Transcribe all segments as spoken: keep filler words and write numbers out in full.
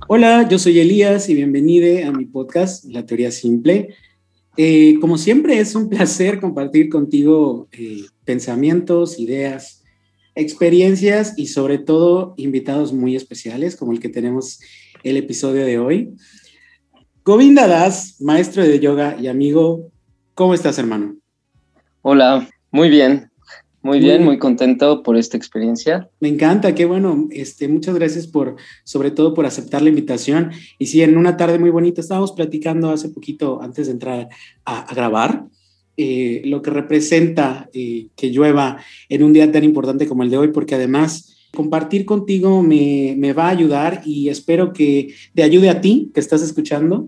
Hola, yo soy Elías y bienvenido a mi podcast, La Teoría Simple. Eh, como siempre, es un placer compartir contigo eh, pensamientos, ideas, experiencias y sobre todo invitados muy especiales como el que tenemos el episodio de hoy. Govinda Das, maestro de yoga y amigo, ¿cómo estás, hermano? Hola, muy bien. Muy Muy bien, bien. muy contento por esta experiencia. Me encanta, qué bueno. Este, muchas gracias por, sobre todo por aceptar la invitación. Y sí, en una tarde muy bonita, estábamos platicando hace poquito, antes de entrar a, a grabar, eh, lo que representa eh, que llueva en un día tan importante como el de hoy, porque además compartir contigo me, me va a ayudar y espero que te ayude a ti, que estás escuchando,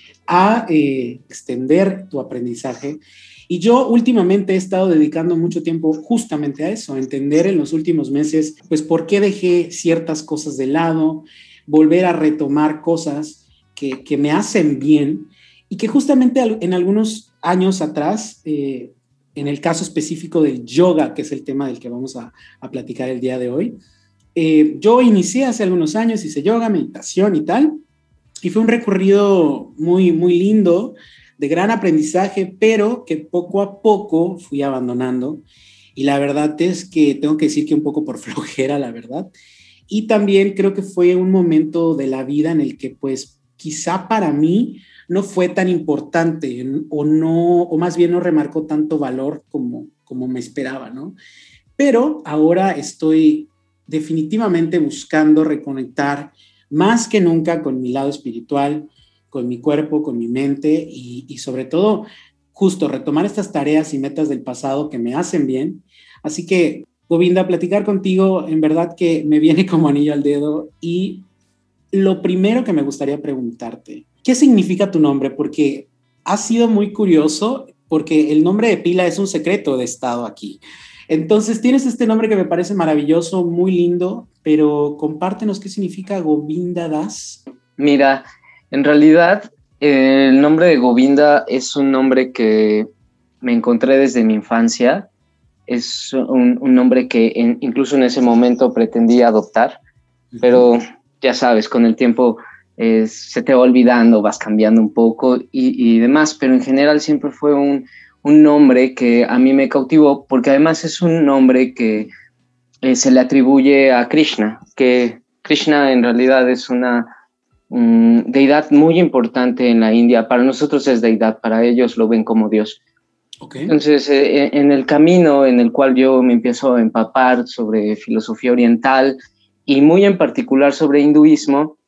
a eh, extender tu aprendizaje. Y yo últimamente he estado dedicando mucho tiempo justamente a eso, a entender en los últimos meses, pues, por qué dejé ciertas cosas de lado, volver a retomar cosas que, que me hacen bien y que justamente en algunos años atrás, eh, en el caso específico del yoga, que es el tema del que vamos a, a platicar el día de hoy, eh, yo inicié hace algunos años, hice yoga, meditación y tal, y fue un recorrido muy, muy lindo, de gran aprendizaje, pero que poco a poco fui abandonando. Y la verdad es que tengo que decir que un poco por flojera, la verdad. Y también creo que fue un momento de la vida en el que, pues, quizá para mí no fue tan importante o no, o más bien no remarcó tanto valor como, como me esperaba, ¿no? Pero ahora estoy definitivamente buscando reconectar más que nunca con mi lado espiritual, con mi cuerpo, con mi mente y, y sobre todo justo retomar estas tareas y metas del pasado que me hacen bien. Así que, Govinda, platicar contigo en verdad que me viene como anillo al dedo y lo primero que me gustaría preguntarte, ¿qué significa tu nombre? Porque ha sido muy curioso porque el nombre de pila es un secreto de estado aquí. Entonces tienes este nombre que me parece maravilloso, muy lindo, pero compártenos qué significa Govinda Das. Mira, en realidad eh, el nombre de Govinda es un nombre que me encontré desde mi infancia. Es un, un nombre que en, incluso en ese momento pretendí adoptar, Uh-huh. pero ya sabes, con el tiempo eh, se te va olvidando, vas cambiando un poco y, y demás, pero en general siempre fue un, un nombre que a mí me cautivó porque además es un nombre que eh, se le atribuye a Krishna, que Krishna en realidad es una um, deidad muy importante en la India. Para nosotros es deidad, para ellos lo ven como Dios. Okay. Entonces, eh, en el camino en el cual yo me empiezo a empapar sobre filosofía oriental y muy en particular sobre hinduismo,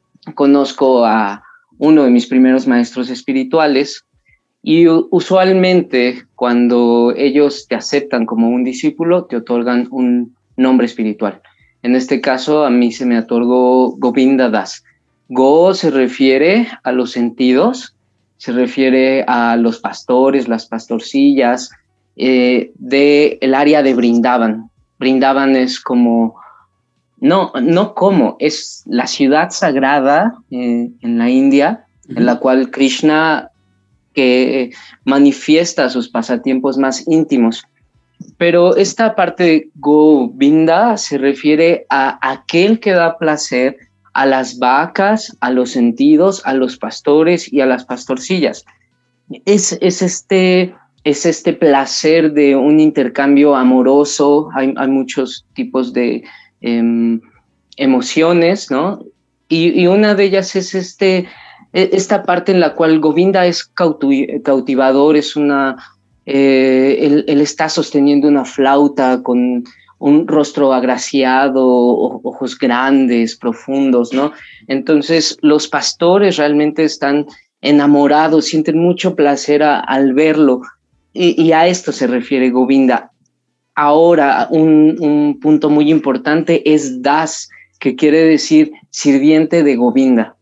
conozco a uno de mis primeros maestros espirituales y usualmente cuando ellos te aceptan como un discípulo, te otorgan un nombre espiritual. En este caso, a mí se me otorgó Govinda Das. Go se refiere a los sentidos, se refiere a los pastores, las pastorcillas eh, del área de Brindavan. Brindavan es como, no, no como, es la ciudad sagrada eh, en la India, uh-huh. en la cual Krishna que manifiesta sus pasatiempos más íntimos. Pero esta parte de Govinda se refiere a aquel que da placer a las vacas, a los sentidos, a los pastores y a las pastorcillas. Es, es, este, es este placer de un intercambio amoroso. Hay, hay muchos tipos de eh, emociones, ¿no? Y, y una de ellas es este esta parte en la cual Govinda es cautivador, es una, eh, él, él está sosteniendo una flauta con un rostro agraciado, ojos grandes, profundos, ¿no? Entonces los pastores realmente están enamorados, sienten mucho placer a, al verlo y, y a esto se refiere Govinda. Ahora, un, un punto muy importante es Das, que quiere decir sirviente de Govinda.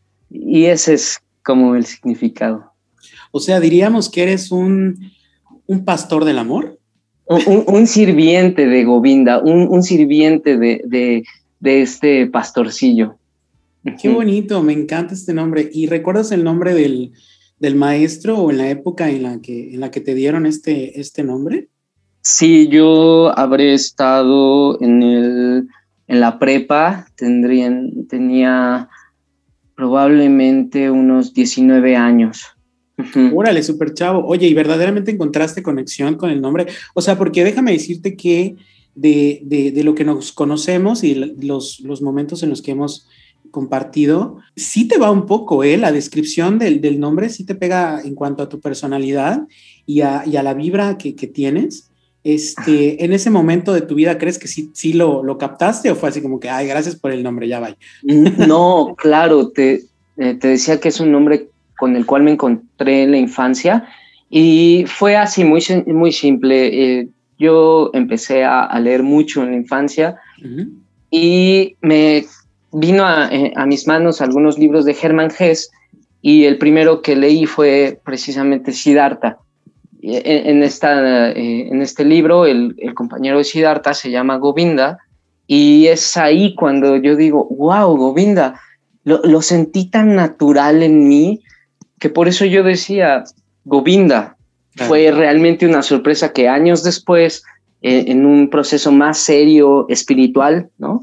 Y ese es como el significado. O sea, diríamos que eres un, un pastor del amor. Un, un, un sirviente de Govinda, un, un sirviente de, de, de este pastorcillo. Qué bonito, me encanta este nombre. ¿Y recuerdas el nombre del, del maestro o en la época en la que, en la que te dieron este, este nombre? Sí, yo habré estado en, el, en la prepa, tendrían, tenía probablemente unos diecinueve años. Uh-huh. Órale, súper chavo. Oye, ¿y verdaderamente encontraste conexión con el nombre? O sea, porque déjame decirte que de, de, de lo que nos conocemos y los, los momentos en los que hemos compartido, sí te va un poco, ¿eh? La descripción del, del nombre sí te pega en cuanto a tu personalidad y a, y a la vibra que, que tienes. Este, en ese momento de tu vida, ¿crees que sí, sí lo, lo captaste o fue así como que, ay, gracias por el nombre, ya vaya? No, claro, te, eh, te decía que es un nombre con el cual me encontré en la infancia y fue así, muy, muy simple. Eh, yo empecé a, a leer mucho en la infancia uh-huh. y me vino a, eh, a mis manos algunos libros de Hermann Hesse y el primero que leí fue precisamente Siddhartha. En, en, esta, eh, en este libro el, el compañero de Siddhartha se llama Govinda y es ahí cuando yo digo, wow, Govinda, lo, lo sentí tan natural en mí que por eso yo decía, Govinda, claro. Fue realmente una sorpresa que años después, eh, en un proceso más serio, espiritual, ¿no?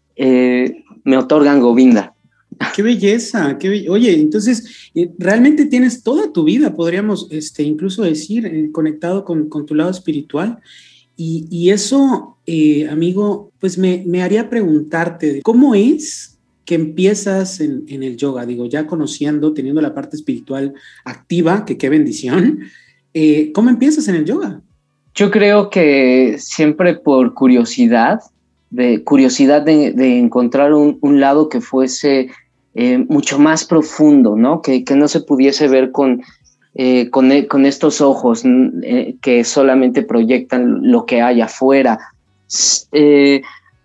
Eh, me otorgan Govinda. ¡Qué belleza! Qué be- Oye, entonces, eh, realmente tienes toda tu vida, podríamos este, incluso decir, eh, conectado con, con tu lado espiritual. Y, y eso, eh, amigo, pues me, me haría preguntarte, ¿cómo es que empiezas en, en el yoga? Digo, ya conociendo, teniendo la parte espiritual activa, que qué bendición, eh, ¿cómo empiezas en el yoga? Yo creo que siempre por curiosidad, de curiosidad de, de encontrar un, un lado que fuese eh, mucho más profundo, ¿no? Que, que no se pudiese ver con, eh, con, con estos ojos eh, que solamente proyectan lo que hay afuera. Eh,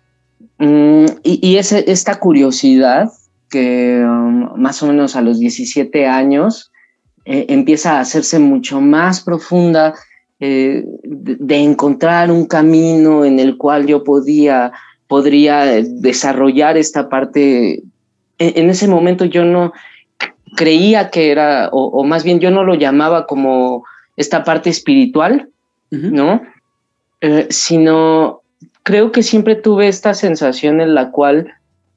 mm, y y ese, esta curiosidad que um, más o menos a los diecisiete años eh, empieza a hacerse mucho más profunda, Eh, de, de encontrar un camino en el cual yo podía, podría desarrollar esta parte. En, en ese momento yo no creía que era, o, o más bien yo no lo llamaba como esta parte espiritual, uh-huh. ¿no? Eh, sino creo que siempre tuve esta sensación en la cual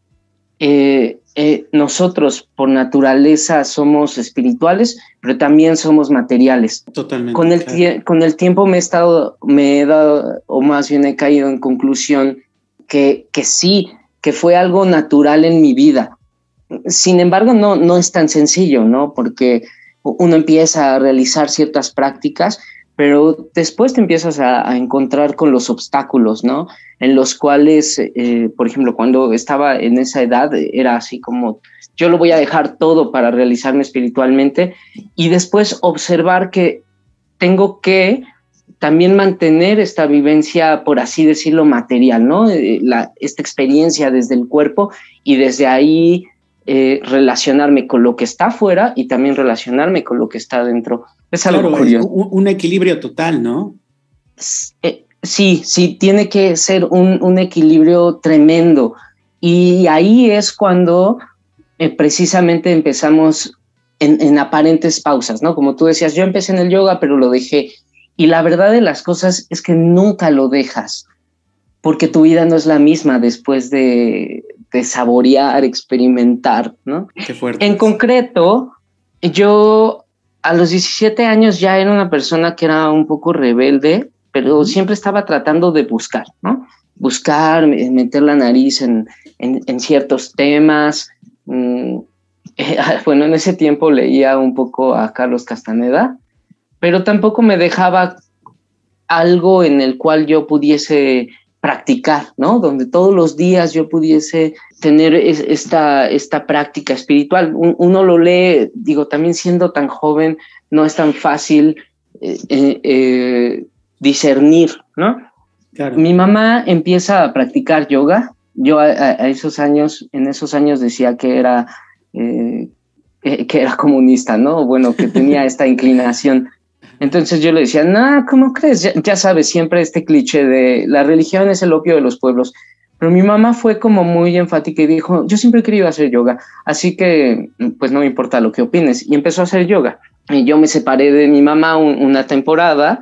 eh, eh, nosotros por naturaleza somos espirituales, pero también somos materiales. Totalmente. Con el, claro. tie- con el tiempo me he estado, me he dado, o más bien he caído en conclusión que, que sí, que fue algo natural en mi vida. Sin embargo, no, no es tan sencillo, ¿no? Porque uno empieza a realizar ciertas prácticas, pero después te empiezas a, a encontrar con los obstáculos, ¿no? En los cuales, eh, por ejemplo, cuando estaba en esa edad, era así como, yo lo voy a dejar todo para realizarme espiritualmente, y después observar que tengo que también mantener esta vivencia, por así decirlo, material, ¿no? Eh, la, esta experiencia desde el cuerpo, y desde ahí eh, relacionarme con lo que está afuera y también relacionarme con lo que está dentro. Es algo claro, curioso. Un, un equilibrio total, ¿no? Eh, sí, sí, tiene que ser un, un equilibrio tremendo. Y ahí es cuando eh, precisamente empezamos en, en aparentes pausas, ¿no? Como tú decías, yo empecé en el yoga, pero lo dejé. Y la verdad de las cosas es que nunca lo dejas, porque tu vida no es la misma después de, de saborear, experimentar, ¿no? Qué fuerte. En concreto, yo a los diecisiete años ya era una persona que era un poco rebelde, pero uh-huh. siempre estaba tratando de buscar, ¿no? Buscar, meter la nariz en, en, en ciertos temas. Mm, eh, bueno, en ese tiempo leía un poco a Carlos Castaneda, pero tampoco me dejaba algo en el cual yo pudiese practicar, ¿no? Donde todos los días yo pudiese tener es, esta, esta práctica espiritual. Un, uno lo lee, digo, también siendo tan joven, no es tan fácil eh, eh, eh, discernir, ¿no? Claro. Mi mamá empieza a practicar yoga. Yo a, a esos años, en esos años decía que era, eh, que era comunista, ¿no? Bueno, que tenía esta inclinación. Entonces yo le decía, no, ¿cómo crees? Ya, ya sabes, siempre este cliché de la religión es el opio de los pueblos. Pero mi mamá fue como muy enfática y dijo, yo siempre he querido hacer yoga, así que pues no me importa lo que opines. Y empezó a hacer yoga. Y yo me separé de mi mamá un, una temporada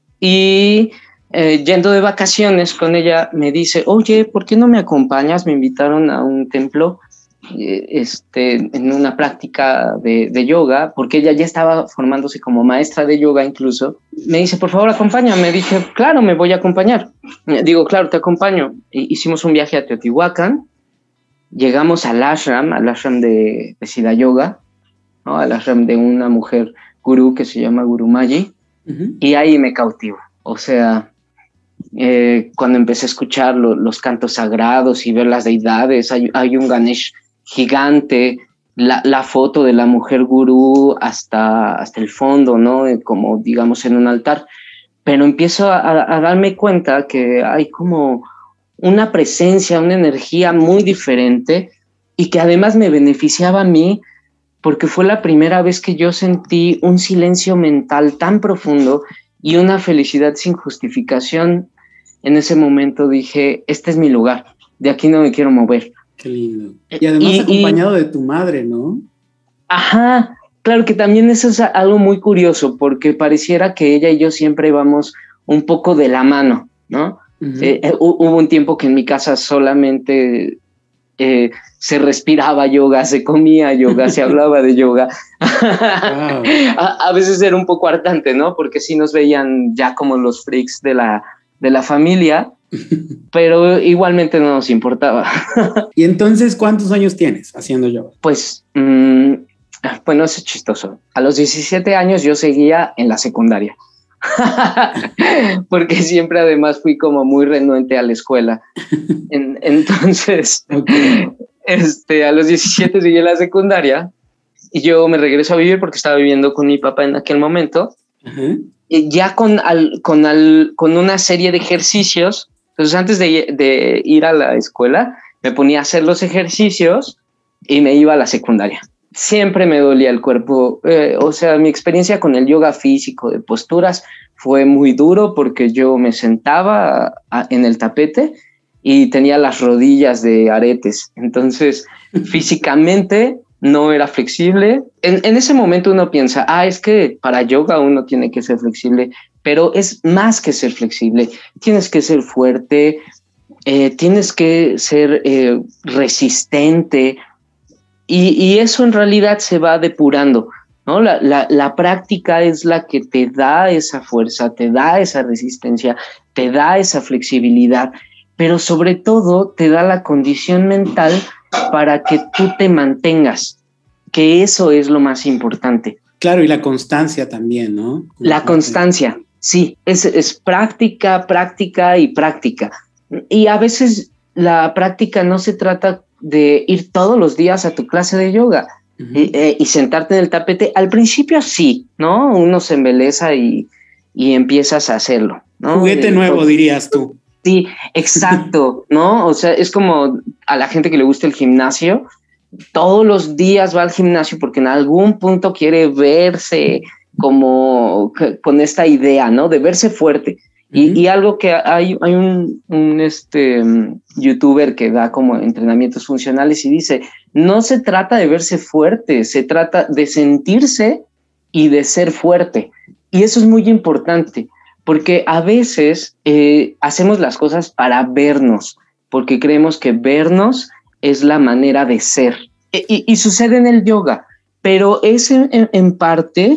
y eh, yendo de vacaciones con ella me dice, oye, ¿por qué no me acompañas? Me invitaron a un templo este, en una práctica de, de yoga, porque ella ya estaba formándose como maestra de yoga incluso. Me dice, por favor, acompáñame. Dije, claro, me voy a acompañar. Digo, claro, te acompaño. Hicimos un viaje a Teotihuacán, llegamos al ashram, al ashram de, de Siddha Yoga, ¿no? Al ashram de una mujer gurú que se llama Guru Mayi, uh-huh. Y ahí me cautivo. O sea, eh, cuando empecé a escuchar lo, los cantos sagrados y ver las deidades, hay, hay un Ganesh gigante, la, la foto de la mujer gurú hasta, hasta el fondo, ¿no? Como digamos en un altar. Pero empiezo a, a darme cuenta que hay como una presencia, una energía muy diferente y que además me beneficiaba a mí porque fue la primera vez que yo sentí un silencio mental tan profundo y una felicidad sin justificación. En ese momento dije, este es mi lugar, de aquí no me quiero mover. Qué lindo. Y además y, acompañado y, de tu madre, ¿no? Ajá, claro que también eso es algo muy curioso, porque pareciera que ella y yo siempre íbamos un poco de la mano, ¿no? Uh-huh. Eh, hubo un tiempo que en mi casa solamente eh, se respiraba yoga, se comía yoga, se hablaba de yoga. Wow. a, a veces era un poco hartante, ¿no? Porque sí nos veían ya como los freaks de la, de la familia, pero igualmente no nos importaba. ¿Y entonces cuántos años tienes haciendo yoga? Pues, mmm, bueno, es chistoso. A los diecisiete años yo seguía en la secundaria. Porque siempre además fui como muy renuente a la escuela. En, entonces, okay. este, a los diecisiete seguí en la secundaria y yo me regreso a vivir porque estaba viviendo con mi papá en aquel momento. Uh-huh. Y ya con, al, con, al, con una serie de ejercicios. Entonces, antes de, de ir a la escuela, me ponía a hacer los ejercicios y me iba a la secundaria. Siempre me dolía el cuerpo. Eh, o sea, mi experiencia con el yoga físico de posturas fue muy duro porque yo me sentaba a, a, en el tapete y tenía las rodillas de aretes. Entonces, físicamente no era flexible. En, en ese momento uno piensa, ah, es que para yoga uno tiene que ser flexible, pero es más que ser flexible. Tienes que ser fuerte, eh, tienes que ser eh, resistente. Y, y eso en realidad se va depurando, ¿no? La, la, la práctica es la que te da esa fuerza, te da esa resistencia, te da esa flexibilidad, pero sobre todo te da la condición mental para que tú te mantengas, que eso es lo más importante. Claro, y la constancia también, ¿no? La constancia, sí, es, es práctica, práctica y práctica. Y a veces la práctica no se trata de ir todos los días a tu clase de yoga uh-huh. y, eh, y sentarte en el tapete. Al principio sí, ¿no? Uno se embeleza y, y empiezas a hacerlo, ¿no? Juguete eh, nuevo, pues, dirías tú. Sí, exacto, ¿no? O sea, es como a la gente que le gusta el gimnasio, todos los días va al gimnasio porque en algún punto quiere verse como con esta idea, ¿no? De verse fuerte. Y, uh-huh. y algo que hay, hay un, un este, um, youtuber que da como entrenamientos funcionales y dice, no se trata de verse fuerte, se trata de sentirse y de ser fuerte. Y eso es muy importante, porque a veces eh, hacemos las cosas para vernos, porque creemos que vernos es la manera de ser. E, y, y sucede en el yoga, pero es en, en, en parte,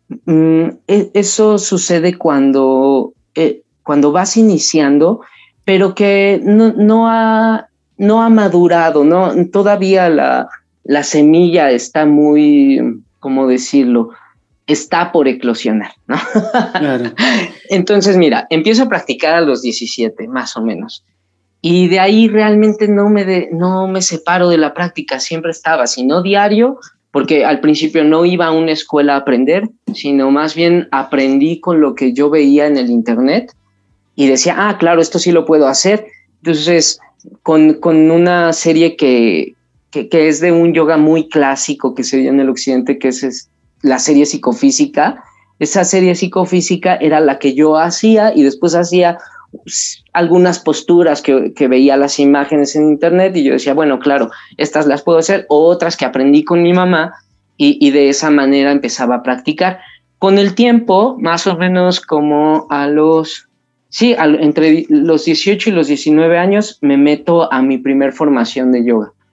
um, eso sucede cuando... Eh, cuando vas iniciando, pero que no, no, ha, no ha madurado, ¿no? Todavía la, la semilla está muy, ¿cómo decirlo? Está por eclosionar, ¿no? Claro. Entonces, mira, empiezo a practicar a los diecisiete, más o menos. Y de ahí realmente no me, de, no me separo de la práctica, siempre estaba, si no diario, porque al principio no iba a una escuela a aprender, sino más bien aprendí con lo que yo veía en el internet y decía, ah, claro, esto sí lo puedo hacer. Entonces, con, con una serie que, que, que es de un yoga muy clásico que se dio en el occidente, que es, es la serie psicofísica, esa serie psicofísica era la que yo hacía y después hacía pues, algunas posturas que, que veía las imágenes en internet y yo decía, bueno, claro, estas las puedo hacer, o otras que aprendí con mi mamá y, y de esa manera empezaba a practicar. Con el tiempo, más o menos como a los... Sí, al, entre los dieciocho y los diecinueve años me meto a mi primer formación de yoga.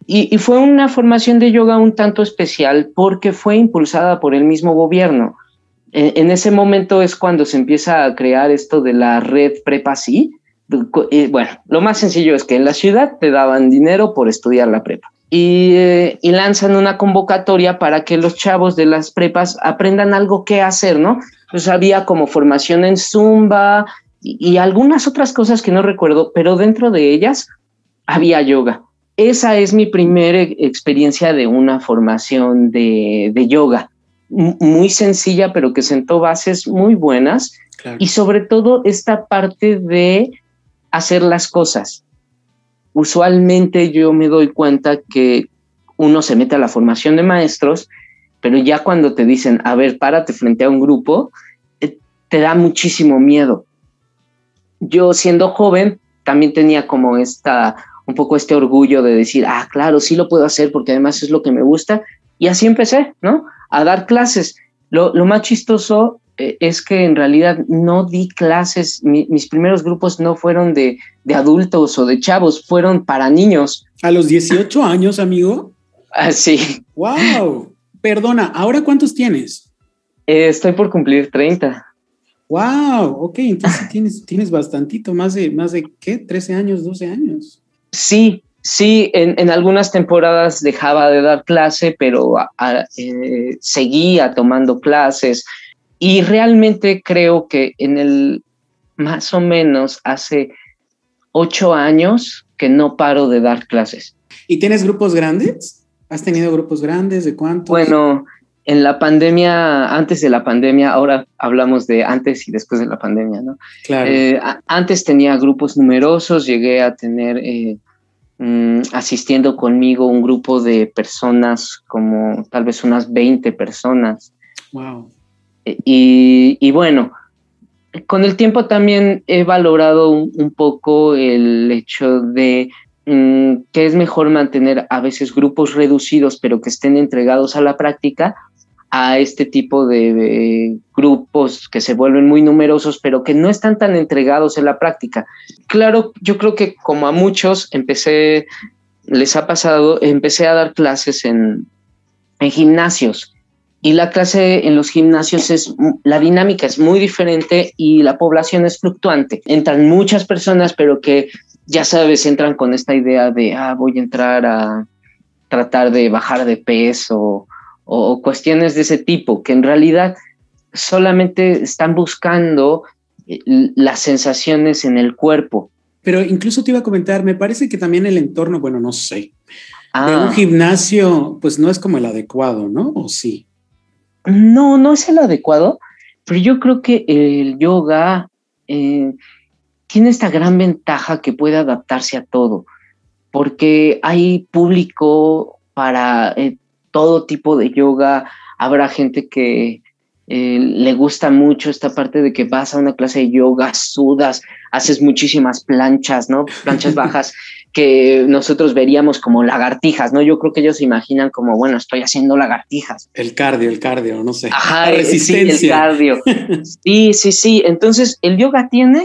Y, y fue una formación de yoga un tanto especial porque fue impulsada por el mismo gobierno. En, en ese momento es cuando se empieza a crear esto de la red Prepa Sí. Bueno, lo más sencillo es que en la ciudad te daban dinero por estudiar la prepa. Y, eh, y lanzan una convocatoria para que los chavos de las prepas aprendan algo que hacer, ¿no? Pues había como formación en Zumba y, y algunas otras cosas que no recuerdo, pero dentro de ellas había yoga. Esa es mi primera experiencia de una formación de, de yoga, muy sencilla, pero que sentó bases muy buenas. Claro. Y sobre todo esta parte de hacer las cosas. Usualmente yo me doy cuenta que uno se mete a la formación de maestros, pero ya cuando te dicen, a ver, párate frente a un grupo, te da muchísimo miedo. Yo siendo joven también tenía como esta, un poco este orgullo de decir, ah, claro, sí lo puedo hacer porque además es lo que me gusta. Y así empecé, ¿no? A dar clases. Lo, lo más chistoso eh, es que en realidad no di clases. Mi, mis primeros grupos no fueron de, de adultos o de chavos, fueron para niños. ¿A los dieciocho años, amigo? Ah, sí. ¡Wow! Perdona, ¿ahora cuántos tienes? Eh, estoy por cumplir treinta. ¡Wow! Ok, entonces tienes, tienes bastantito, más de, más de, ¿qué? trece años, doce años. Sí, sí, en, en algunas temporadas dejaba de dar clase, pero a, a, eh, seguía tomando clases y realmente creo que en el, más o menos hace ocho años que no paro de dar clases. ¿Y tienes grupos grandes? ¿Has tenido grupos grandes? ¿De cuántos? Bueno, en la pandemia, antes de la pandemia, ahora hablamos de antes y después de la pandemia, ¿no? Claro. Eh, a, antes tenía grupos numerosos, llegué a tener eh, mm, asistiendo conmigo un grupo de personas, como tal vez unas veinte personas. Wow. Eh, y, y bueno, con el tiempo también he valorado un, un poco el hecho de mm, que es mejor mantener a veces grupos reducidos, pero que estén entregados a la práctica, a este tipo de, de grupos que se vuelven muy numerosos, pero que no están tan entregados en la práctica. Claro, yo creo que como a muchos empecé, les ha pasado, empecé a dar clases en, en gimnasios. Y la clase en los gimnasios es, la dinámica es muy diferente y la población es fluctuante. Entran muchas personas, pero que ya sabes, entran con esta idea de, ah, voy a entrar a tratar de bajar de peso o cuestiones de ese tipo, que en realidad solamente están buscando las sensaciones en el cuerpo. Pero incluso te iba a comentar, me parece que también el entorno, bueno, no sé, ah. de un gimnasio, pues no es como el adecuado, ¿no? ¿O sí? No, no es el adecuado, pero yo creo que el yoga eh, tiene esta gran ventaja que puede adaptarse a todo, porque hay público para eh, todo tipo de yoga. Habrá gente que eh, le gusta mucho esta parte de que vas a una clase de yoga, sudas, haces muchísimas planchas, ¿no? Planchas bajas que nosotros veríamos como lagartijas, ¿no? Yo creo que ellos se imaginan como, bueno, estoy haciendo lagartijas. El cardio, el cardio, no sé. Ajá, la resistencia. Sí, el cardio. Sí, sí, sí. Entonces, el yoga tiene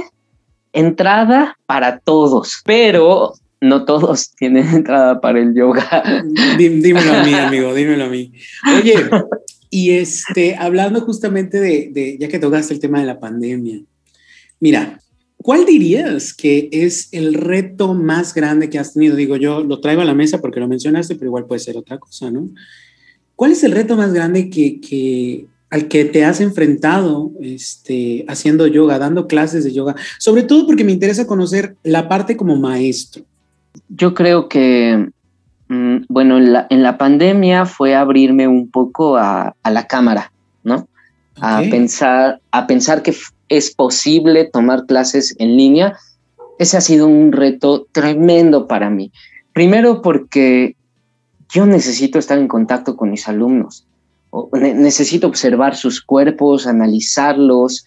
entrada para todos, pero no todos tienen entrada para el yoga. Dímelo a mí, amigo, dímelo a mí. Oye, y este, hablando justamente de, de, ya que tocaste el tema de la pandemia, mira, ¿cuál dirías que es el reto más grande que has tenido? Digo, yo lo traigo a la mesa porque lo mencionaste, pero igual puede ser otra cosa, ¿no? ¿Cuál es el reto más grande que, que, al que te has enfrentado este, haciendo yoga, dando clases de yoga? Sobre todo porque me interesa conocer la parte como maestro. Yo creo que, mmm, bueno, en la, en la pandemia fue abrirme un poco a, a la cámara, ¿no? Okay. A pensar, a pensar que es posible tomar clases en línea. Ese ha sido un reto tremendo para mí. Primero porque yo necesito estar en contacto con mis alumnos. Necesito observar sus cuerpos, analizarlos,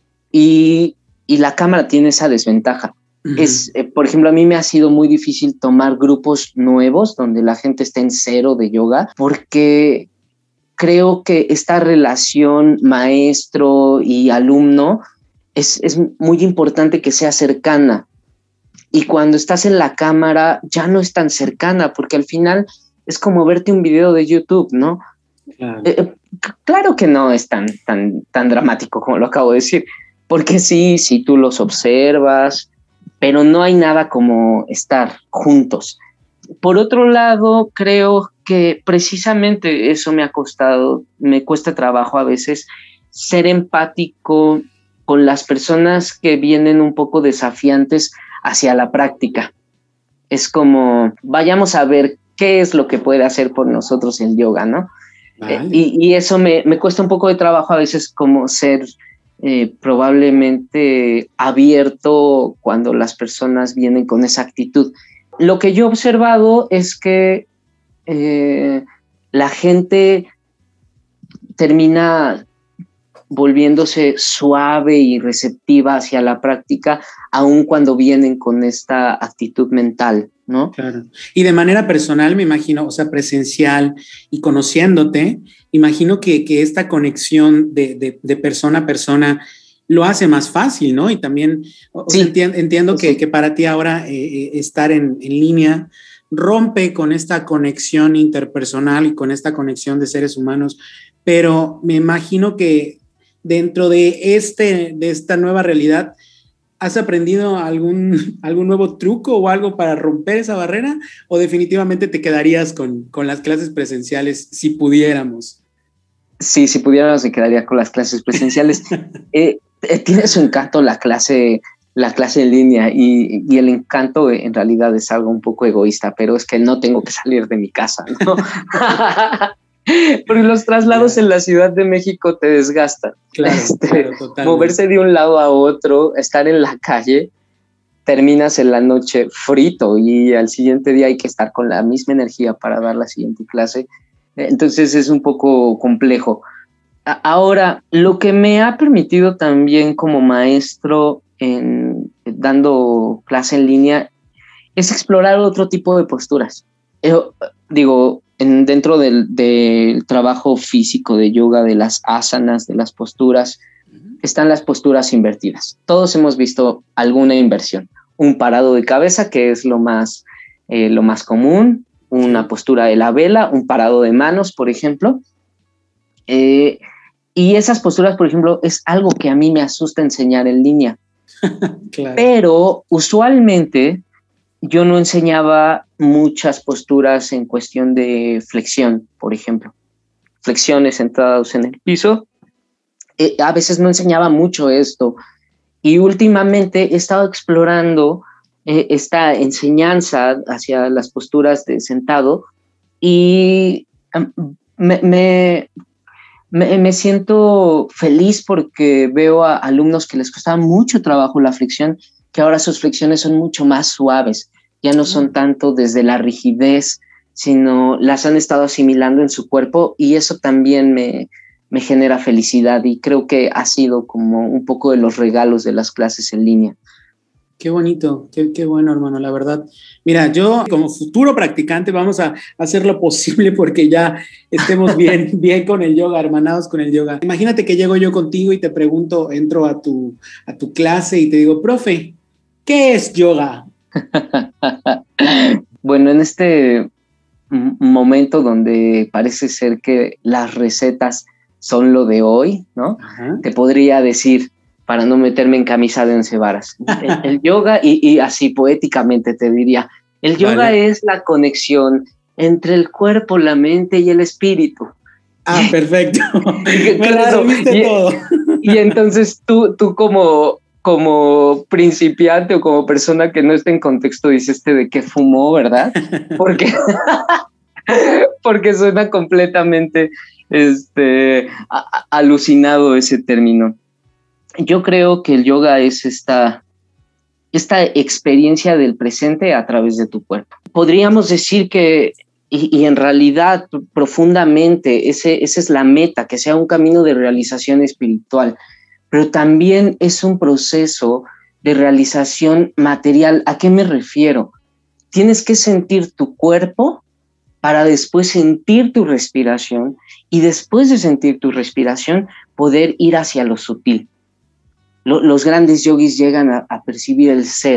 y, y la cámara tiene esa desventaja. Uh-huh. Es, eh, por ejemplo, a mí me ha sido muy difícil tomar grupos nuevos donde la gente esté en cero de yoga, porque creo que esta relación maestro y alumno es, es muy importante que sea cercana. y cuando estás en la cámara ya no es tan cercana, porque al final es como verte un video de YouTube, ¿no? Claro, Eh, claro que no es tan, tan, tan dramático como lo acabo de decir, porque sí, sí tú los observas, pero no hay nada como estar juntos. Por otro lado, creo que precisamente eso me ha costado, me cuesta trabajo a veces ser empático con las personas que vienen un poco desafiantes hacia la práctica. Es como, vayamos a ver qué es lo que puede hacer por nosotros el yoga, ¿no? vale. Eh, y, y eso me, me cuesta un poco de trabajo a veces, como ser eh, probablemente abierto cuando las personas vienen con esa actitud. Lo que yo he observado es que eh, la gente termina volviéndose suave y receptiva hacia la práctica, aun cuando vienen con esta actitud mental, ¿no? Claro. Y de manera personal, me imagino, o sea, presencial y conociéndote, imagino que, que esta conexión de, de, de persona a persona lo hace más fácil, ¿no? Y también, o Sí. sea, entiendo, entiendo Sí. que, que para ti ahora eh, estar en, en línea rompe con esta conexión interpersonal y con esta conexión de seres humanos, pero me imagino que dentro de, este, de esta nueva realidad, ¿has aprendido algún, algún nuevo truco o algo para romper esa barrera? ¿O definitivamente te quedarías con, con las clases presenciales si pudiéramos? Sí, si pudiéramos me quedaría con las clases presenciales. eh, eh, tiene su encanto la clase, la clase en línea y, y el encanto en realidad es algo un poco egoísta, pero es que no tengo que salir de mi casa, ¿no? Porque los traslados en la Ciudad de México te desgastan. Claro, este, claro, totalmente. Moverse de un lado a otro, estar en la calle, terminas en la noche frito y al siguiente día hay que estar con la misma energía para dar la siguiente clase. Entonces es un poco complejo. Ahora, lo que me ha permitido también como maestro en, dando clase en línea es explorar otro tipo de posturas. Yo, digo, en, dentro del, del trabajo físico de yoga, de las asanas, de las posturas, están las posturas invertidas. Todos hemos visto alguna inversión. Un parado de cabeza, que es lo más, eh, lo más común, una postura de la vela, un parado de manos, por ejemplo. Eh, y esas posturas, por ejemplo, es algo que a mí me asusta enseñar en línea. Claro. Pero usualmente yo no enseñaba muchas posturas en cuestión de flexión, por ejemplo. Flexiones sentados en el piso. Eh, a veces no enseñaba mucho esto. Y últimamente he estado explorando eh, esta enseñanza hacia las posturas de sentado y um, me, me, me, me siento feliz porque veo a alumnos que les costaba mucho trabajo la flexión, que ahora sus flexiones son mucho más suaves, ya no son tanto desde la rigidez, sino las han estado asimilando en su cuerpo y eso también me, me genera felicidad y creo que ha sido como un poco de los regalos de las clases en línea. Qué bonito, qué, qué bueno, hermano, la verdad. Mira, yo como futuro practicante vamos a hacer lo posible porque ya estemos bien, bien con el yoga, hermanados con el yoga. Imagínate que llego yo contigo y te pregunto, entro a tu, a tu clase y te digo, profe, ¿qué es yoga? Bueno, en este momento donde parece ser que las recetas son lo de hoy, ¿no? Ajá. Te podría decir, para no meterme en camisa de once varas, el, el yoga, y, y así poéticamente te diría, el yoga vale. es la conexión entre el cuerpo, la mente y el espíritu. Ah, perfecto. Me claro, resolviste y, todo. Y entonces tú, tú como, como principiante o como persona que no está en contexto, dices este de que fumó, ¿verdad? Porque, porque suena completamente este, a, a, alucinado ese término. Yo creo que el yoga es esta, esta experiencia del presente a través de tu cuerpo. Podríamos decir que, y, y en realidad profundamente, ese, esa es la meta, que sea un camino de realización espiritual, pero también es un proceso de realización material. ¿A qué me refiero? Tienes que sentir tu cuerpo para después sentir tu respiración y después de sentir tu respiración poder ir hacia lo sutil. Los grandes yogis llegan a, a percibir el ser,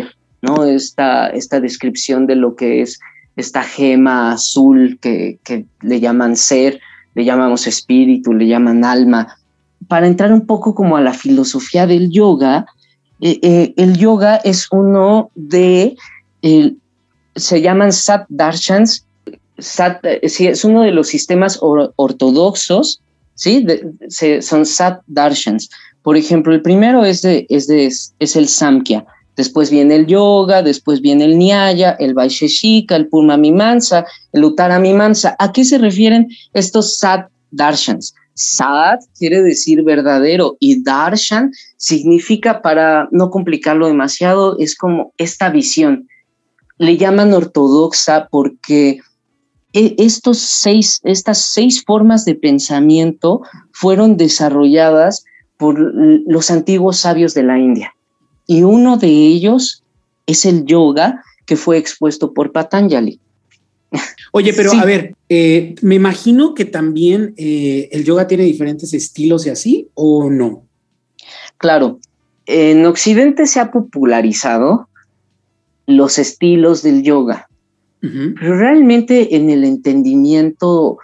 ¿no? Esta, esta descripción de lo que es esta gema azul que, que le llaman ser, le llamamos espíritu, le llaman alma. Para entrar un poco como a la filosofía del yoga, eh, eh, el yoga es uno de, eh, se llaman Sat Darshans, Sat, eh, sí, es uno de los sistemas or, ortodoxos, ¿sí? De, se, son Sat Darshans. Por ejemplo, el primero es, de, es, de, es el Samkhya, después viene el yoga, después viene el Nyaya, el Vaisheshika, el Purma Mimamsa, el Uttara Mimamsa. ¿A qué se refieren estos Sat Darshans? Sat quiere decir verdadero y Darshan significa, para no complicarlo demasiado, es como esta visión. Le llaman ortodoxa porque estos seis, estas seis formas de pensamiento fueron desarrolladas por los antiguos sabios de la India. Y uno de ellos es el yoga, que fue expuesto por Patanjali. Oye, pero sí. a ver, eh, me imagino que también eh, el yoga tiene diferentes estilos y así, ¿o no? Claro, en Occidente se ha popularizado los estilos del yoga, uh-huh. pero realmente en el entendimiento,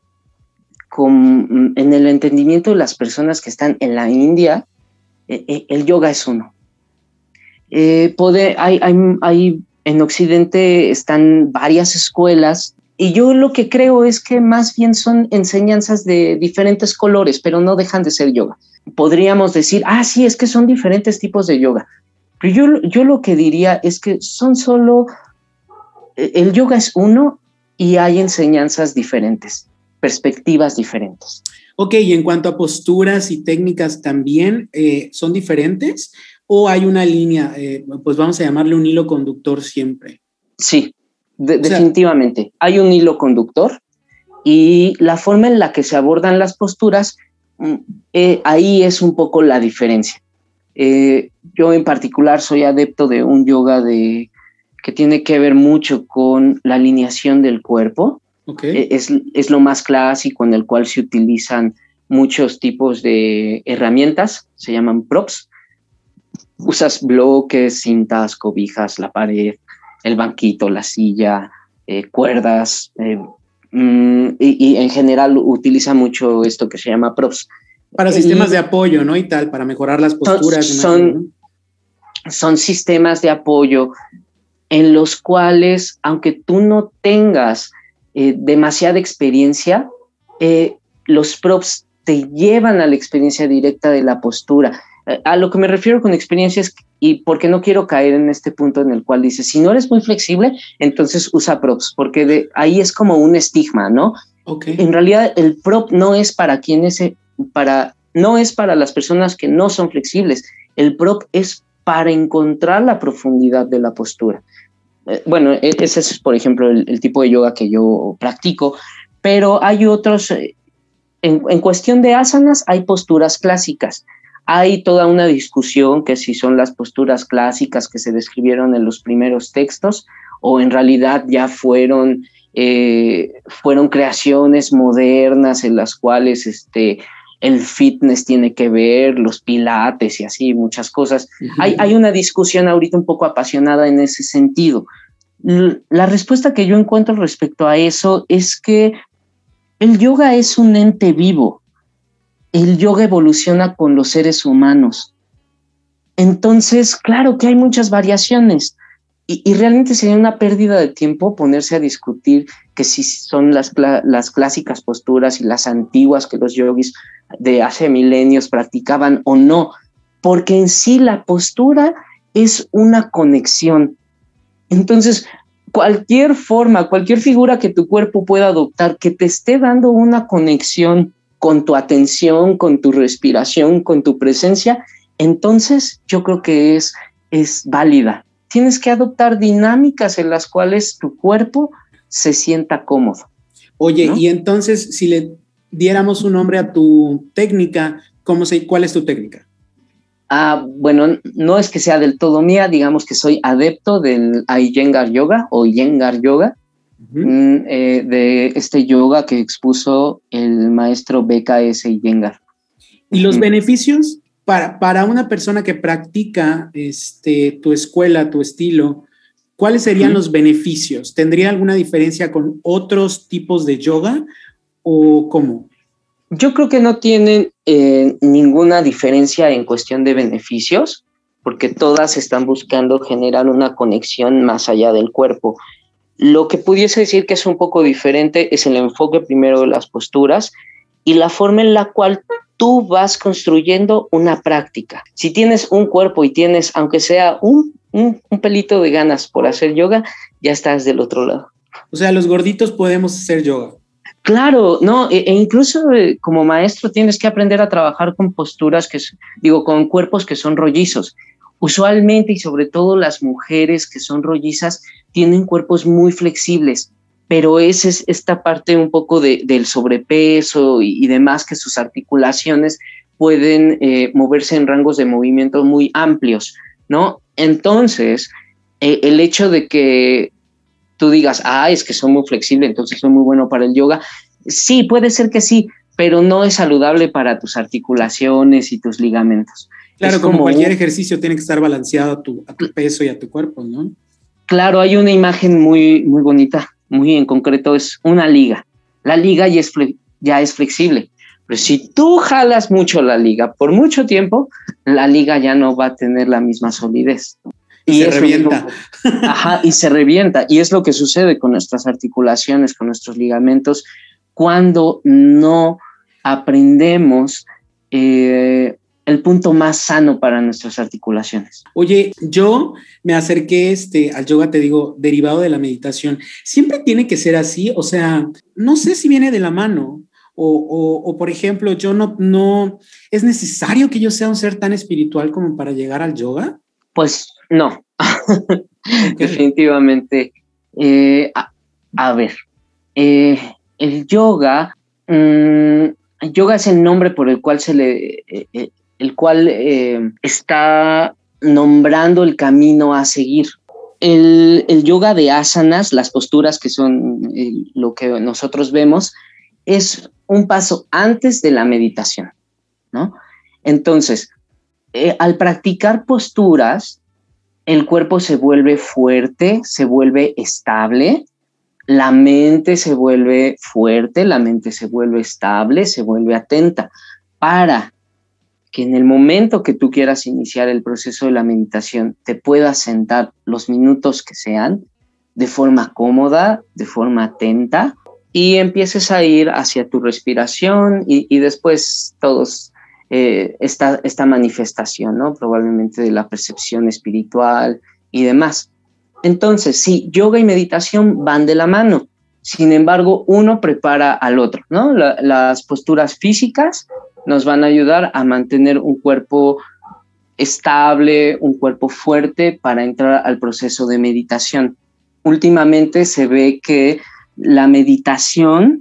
con, en el entendimiento de las personas que están en la India, eh, el yoga es uno. Eh, puede, hay, hay, hay, en Occidente están varias escuelas y yo lo que creo es que más bien son enseñanzas de diferentes colores, pero no dejan de ser yoga. Podríamos decir, ah, sí, es que son diferentes tipos de yoga. Pero yo, yo lo que diría es que son solo, el yoga es uno y hay enseñanzas diferentes, perspectivas diferentes. Ok, y en cuanto a posturas y técnicas también, eh, ¿son diferentes? ¿O hay una línea, eh, pues vamos a llamarle un hilo conductor siempre? Sí, de, definitivamente. Sea, hay un hilo conductor y la forma en la que se abordan las posturas, eh, ahí es un poco la diferencia. Eh, yo en particular soy adepto de un yoga de, que tiene que ver mucho con la alineación del cuerpo. Okay. Eh, es, es lo más clásico, en el cual se utilizan muchos tipos de herramientas, se llaman props. Usas bloques, cintas, cobijas, la pared, el banquito, la silla, eh, cuerdas, eh, mm, y, y en general utiliza mucho esto que se llama props. Para sistemas y, de apoyo, ¿no? Y tal, para mejorar las posturas. Son, imagino, ¿no? son sistemas de apoyo en los cuales, aunque tú no tengas eh, demasiada experiencia, eh, los props te llevan a la experiencia directa de la postura. A lo que me refiero con experiencia es, y porque no quiero caer en este punto en el cual dices, si no eres muy flexible, entonces usa props, porque de, ahí es como un estigma, ¿no? Okay. En realidad el prop no es para quienes, para, no es para las personas que no son flexibles, el prop es para encontrar la profundidad de la postura. Eh, bueno, ese es, por ejemplo, el, el tipo de yoga que yo practico, pero hay otros, en, en cuestión de asanas, hay posturas clásicas. Hay toda una discusión que si son las posturas clásicas que se describieron en los primeros textos o en realidad ya fueron, eh, fueron creaciones modernas en las cuales este, el fitness tiene que ver, los pilates y así, muchas cosas. Uh-huh. Hay, hay una discusión ahorita un poco apasionada en ese sentido. La respuesta que yo encuentro respecto a eso es que el yoga es un ente vivo. El yoga evoluciona con los seres humanos. Entonces, claro que hay muchas variaciones y, y realmente sería una pérdida de tiempo ponerse a discutir que si son las, las clásicas posturas y las antiguas que los yogis de hace milenios practicaban o no, porque en sí la postura es una conexión. Entonces, cualquier forma, cualquier figura que tu cuerpo pueda adoptar que te esté dando una conexión con tu atención, con tu respiración, con tu presencia, entonces yo creo que es, es válida. Tienes que adoptar dinámicas en las cuales tu cuerpo se sienta cómodo. Oye, ¿no? Y entonces, si le diéramos un nombre a tu técnica, ¿cómo se, ¿cuál es tu técnica? Ah, bueno, no es que sea del todo mía, digamos que soy adepto del Iyengar Yoga o Iyengar Yoga, Uh-huh. Eh, de este yoga que expuso el maestro B K S Iyengar. ¿Y los uh-huh. beneficios para, para una persona que practica este, tu escuela, tu estilo, ¿cuáles serían los beneficios? ¿Tendría alguna diferencia con otros tipos de yoga o cómo? Yo creo que no tienen eh, ninguna diferencia en cuestión de beneficios, porque todas están buscando generar una conexión más allá del cuerpo. Lo que pudiese decir que es un poco diferente es el enfoque primero de las posturas y la forma en la cual tú vas construyendo una práctica. Si tienes un cuerpo y tienes, aunque sea un, un, un pelito de ganas por hacer yoga, ya estás del otro lado. O sea, los gorditos podemos hacer yoga. Claro, no, e, e incluso eh, como maestro tienes que aprender a trabajar con posturas que, digo, con cuerpos que son rollizos. Usualmente y sobre todo las mujeres que son rollizas tienen cuerpos muy flexibles, pero esa es esta parte un poco de, del sobrepeso y, y demás, que sus articulaciones pueden eh, moverse en rangos de movimiento muy amplios, ¿no? Entonces, eh, el hecho de que tú digas, ah, es que soy muy flexible, entonces soy muy bueno para el yoga. Sí, puede ser que sí, pero no es saludable para tus articulaciones y tus ligamentos. Claro, es como, como cualquier un, ejercicio tiene que estar balanceado a tu, a tu peso y a tu cuerpo, ¿no? Claro, hay una imagen muy, muy bonita, muy en concreto, es una liga. La liga ya es, ya es flexible, pero si tú jalas mucho la liga por mucho tiempo, la liga ya no va a tener la misma solidez. Y, y se revienta. Mismo, ajá, y se revienta. Y es lo que sucede con nuestras articulaciones, con nuestros ligamentos, cuando no aprendemos eh, el punto más sano para nuestras articulaciones. Oye, yo me acerqué este, al yoga, te digo, derivado de la meditación. ¿Siempre tiene que ser así? O sea, no sé si viene de la mano. O, o, o por ejemplo, yo no, no, ¿es necesario que yo sea un ser tan espiritual como para llegar al yoga? Pues no, okay. Definitivamente. Eh, a, a ver, eh, el yoga, mmm, yoga es el nombre por el cual se le, eh, el cual eh, está nombrando el camino a seguir. El, el yoga de asanas, las posturas que son eh, lo que nosotros vemos, es un paso antes de la meditación, ¿no? Entonces, eh, al practicar posturas, el cuerpo se vuelve fuerte, se vuelve estable, la mente se vuelve fuerte, la mente se vuelve estable, se vuelve atenta, para que en el momento que tú quieras iniciar el proceso de la meditación te puedas sentar los minutos que sean de forma cómoda, de forma atenta, y empieces a ir hacia tu respiración y, y después todos eh, esta, esta manifestación, ¿no? Probablemente de la percepción espiritual y demás. Entonces, sí, yoga y meditación van de la mano. Sin embargo, uno prepara al otro, ¿no? La, las posturas físicas nos van a ayudar a mantener un cuerpo estable, un cuerpo fuerte para entrar al proceso de meditación. Últimamente se ve que la meditación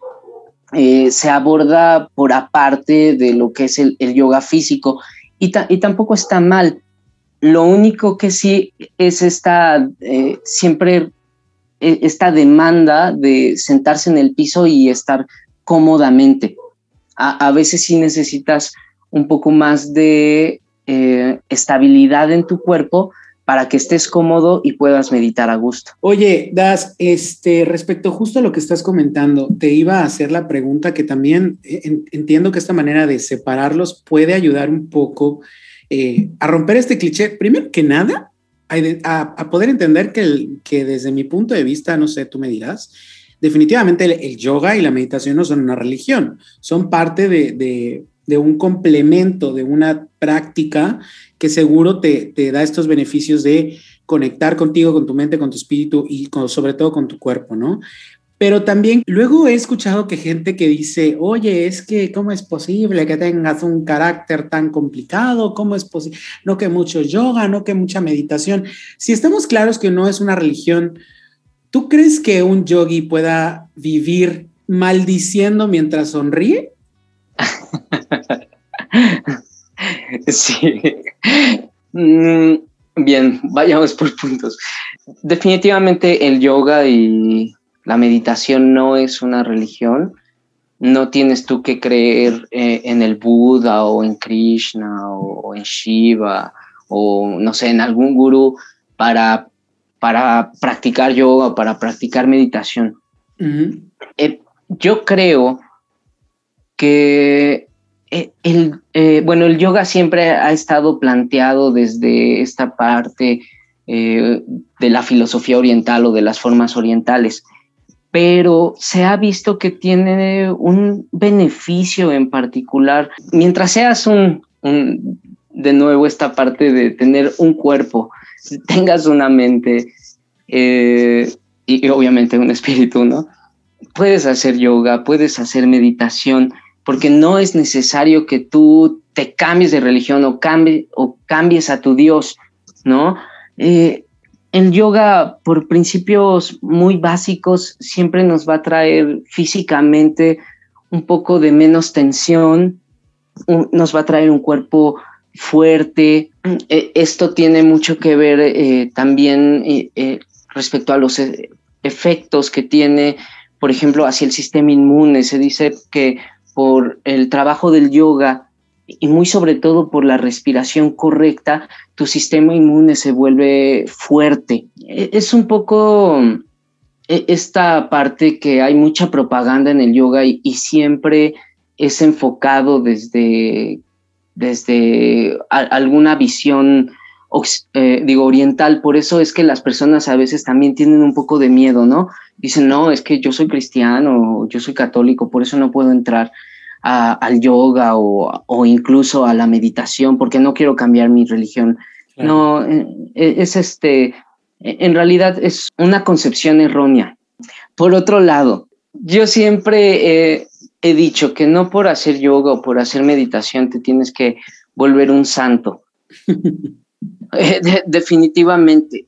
eh, se aborda por aparte de lo que es el, el yoga físico y, ta- y tampoco está mal. Lo único que sí es esta eh, siempre eh, esta demanda de sentarse en el piso y estar cómodamente. A, a veces sí necesitas un poco más de eh, estabilidad en tu cuerpo para que estés cómodo y puedas meditar a gusto. Oye, Das, este, respecto justo a lo que estás comentando, te iba a hacer la pregunta que también en, entiendo que esta manera de separarlos puede ayudar un poco eh, a romper este cliché. Primero que nada, a, a, a poder entender que, el, que desde mi punto de vista, no sé, tú me dirás, definitivamente el, el yoga y la meditación no son una religión, son parte de, de, de un complemento, de una práctica que seguro te, te da estos beneficios de conectar contigo, con tu mente, con tu espíritu y con, sobre todo con tu cuerpo, ¿no? Pero también luego he escuchado que gente que dice, oye, es que ¿cómo es posible que tengas un carácter tan complicado? ¿Cómo es posible? No que mucho yoga, no que mucha meditación. Si estamos claros que no es una religión, ¿tú crees que un yogi pueda vivir maldiciendo mientras sonríe? Sí. Bien, vayamos por puntos. Definitivamente el yoga y la meditación no es una religión. no tienes tú que creer eh, en el Buda o en Krishna o, o en Shiva o no sé, en algún gurú para, para practicar yoga, para practicar meditación. Uh-huh. Eh, yo creo que eh, el, eh, bueno, el yoga siempre ha estado planteado desde esta parte eh, de la filosofía oriental o de las formas orientales, pero se ha visto que tiene un beneficio en particular. Mientras seas un, un de nuevo, esta parte de tener un cuerpo, tengas una mente eh, y, y obviamente un espíritu, ¿no? Puedes hacer yoga, puedes hacer meditación, porque no es necesario que tú te cambies de religión o, cambie, o cambies a tu Dios, ¿no? Eh, el yoga, por principios muy básicos, siempre nos va a traer físicamente un poco de menos tensión, un, nos va a traer un cuerpo fuerte. Eh, esto tiene mucho que ver eh, también eh, eh, respecto a los e- efectos que tiene, por ejemplo, hacia el sistema inmune. Se dice que por el trabajo del yoga y muy sobre todo por la respiración correcta, tu sistema inmune se vuelve fuerte. Es un poco esta parte que hay mucha propaganda en el yoga y, y siempre es enfocado desde, desde a, alguna visión eh, digo, oriental. Por eso es que las personas a veces también tienen un poco de miedo, ¿no? Dicen, no, es que yo soy cristiano, yo soy católico, por eso no puedo entrar A, al yoga o, o incluso a la meditación porque no quiero cambiar mi religión. Claro. No, es este, en realidad es una concepción errónea. Por otro lado, yo siempre eh, he dicho que no por hacer yoga o por hacer meditación te tienes que volver un santo. eh, de, definitivamente.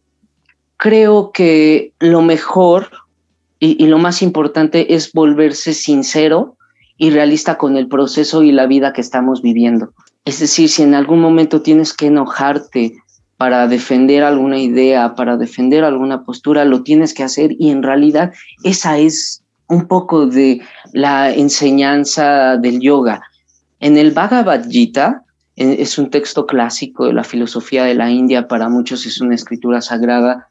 Creo que lo mejor y, y lo más importante es volverse sincero y realista con el proceso y la vida que estamos viviendo. Es decir, si en algún momento tienes que enojarte para defender alguna idea, para defender alguna postura, lo tienes que hacer, y en realidad esa es un poco de la enseñanza del yoga. En el Bhagavad Gita, es un texto clásico de la filosofía de la India, para muchos es una escritura sagrada.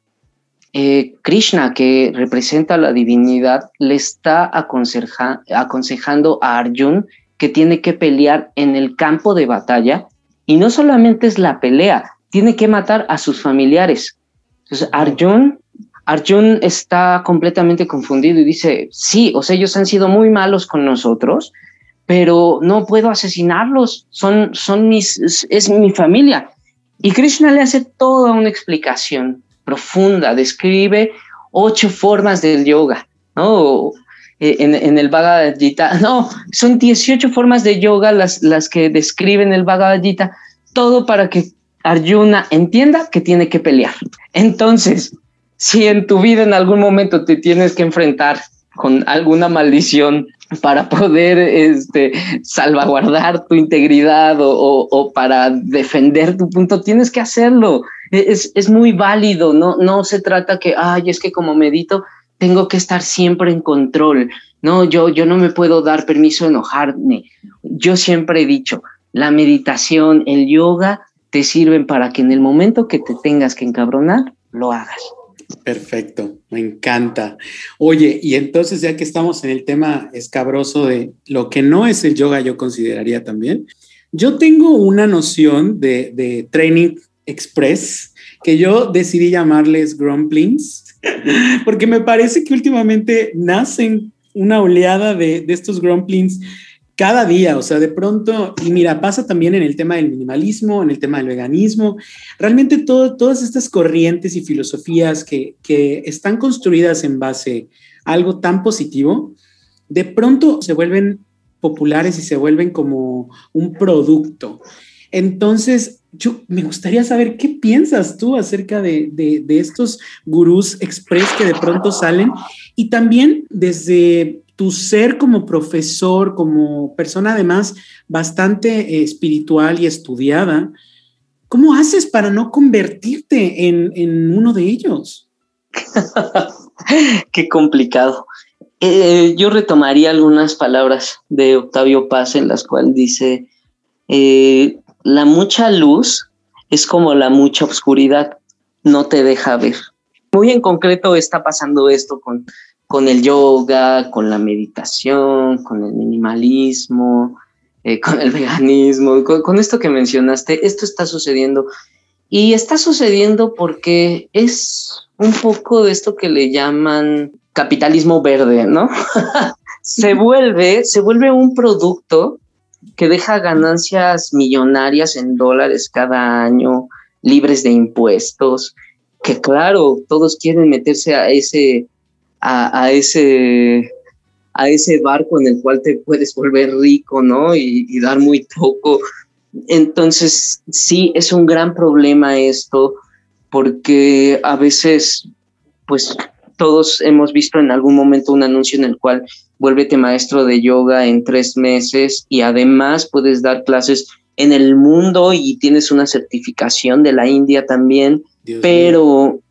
Eh, Krishna, que representa a la divinidad, le está aconseja, aconsejando a Arjuna que tiene que pelear en el campo de batalla, y no solamente es la pelea, tiene que matar a sus familiares. Entonces Arjuna, Arjuna está completamente confundido y dice, sí, o sea, ellos han sido muy malos con nosotros, pero no puedo asesinarlos, son, son mis, es, es mi familia. Y Krishna le hace toda una explicación profunda, describe ocho formas del yoga, ¿no? En, en el Bhagavad Gita, no, son dieciocho formas de yoga las, las que describen el Bhagavad Gita, todo para que Arjuna entienda que tiene que pelear. Entonces, si en tu vida en algún momento te tienes que enfrentar con alguna maldición para poder este, salvaguardar tu integridad o, o, o para defender tu punto, tienes que hacerlo. Es, es muy válido, no, no se trata que, ay, es que como medito, tengo que estar siempre en control. No, yo, yo no me puedo dar permiso de enojarme. Yo siempre he dicho, la meditación, el yoga, te sirven para que en el momento que te tengas que encabronar, lo hagas. Perfecto, me encanta. Oye, y entonces ya que estamos en el tema escabroso de lo que no es el yoga, yo consideraría también, yo tengo una noción de, de training express que yo decidí llamarles grumplings, porque me parece que últimamente nacen una oleada de, de estos grumplings cada día, o sea, de pronto, y mira, pasa también en el tema del minimalismo, en el tema del veganismo, realmente todo, todas estas corrientes y filosofías que, que están construidas en base a algo tan positivo, de pronto se vuelven populares y se vuelven como un producto. Entonces, yo me gustaría saber qué piensas tú acerca de, de, de estos gurús express que de pronto salen, y también desde tu ser como profesor, como persona además bastante eh, espiritual y estudiada, ¿cómo haces para no convertirte en, en uno de ellos? Qué complicado. Eh, yo retomaría algunas palabras de Octavio Paz en las cuales dice, eh, la mucha luz es como la mucha oscuridad, no te deja ver. Muy en concreto está pasando esto con, con el yoga, con la meditación, con el minimalismo, eh, con el veganismo, con, con esto que mencionaste. Esto está sucediendo y está sucediendo porque es un poco de esto que le llaman capitalismo verde, ¿no? se vuelve, se vuelve un producto que deja ganancias millonarias en dólares cada año, libres de impuestos, que claro, todos quieren meterse a ese, a, a ese, a ese barco en el cual te puedes volver rico, ¿no? Y, y dar muy poco. Entonces, sí, es un gran problema esto, porque a veces, pues, todos hemos visto en algún momento un anuncio en el cual vuélvete maestro de yoga en tres meses y además puedes dar clases en el mundo y tienes una certificación de la India también. Dios pero mío.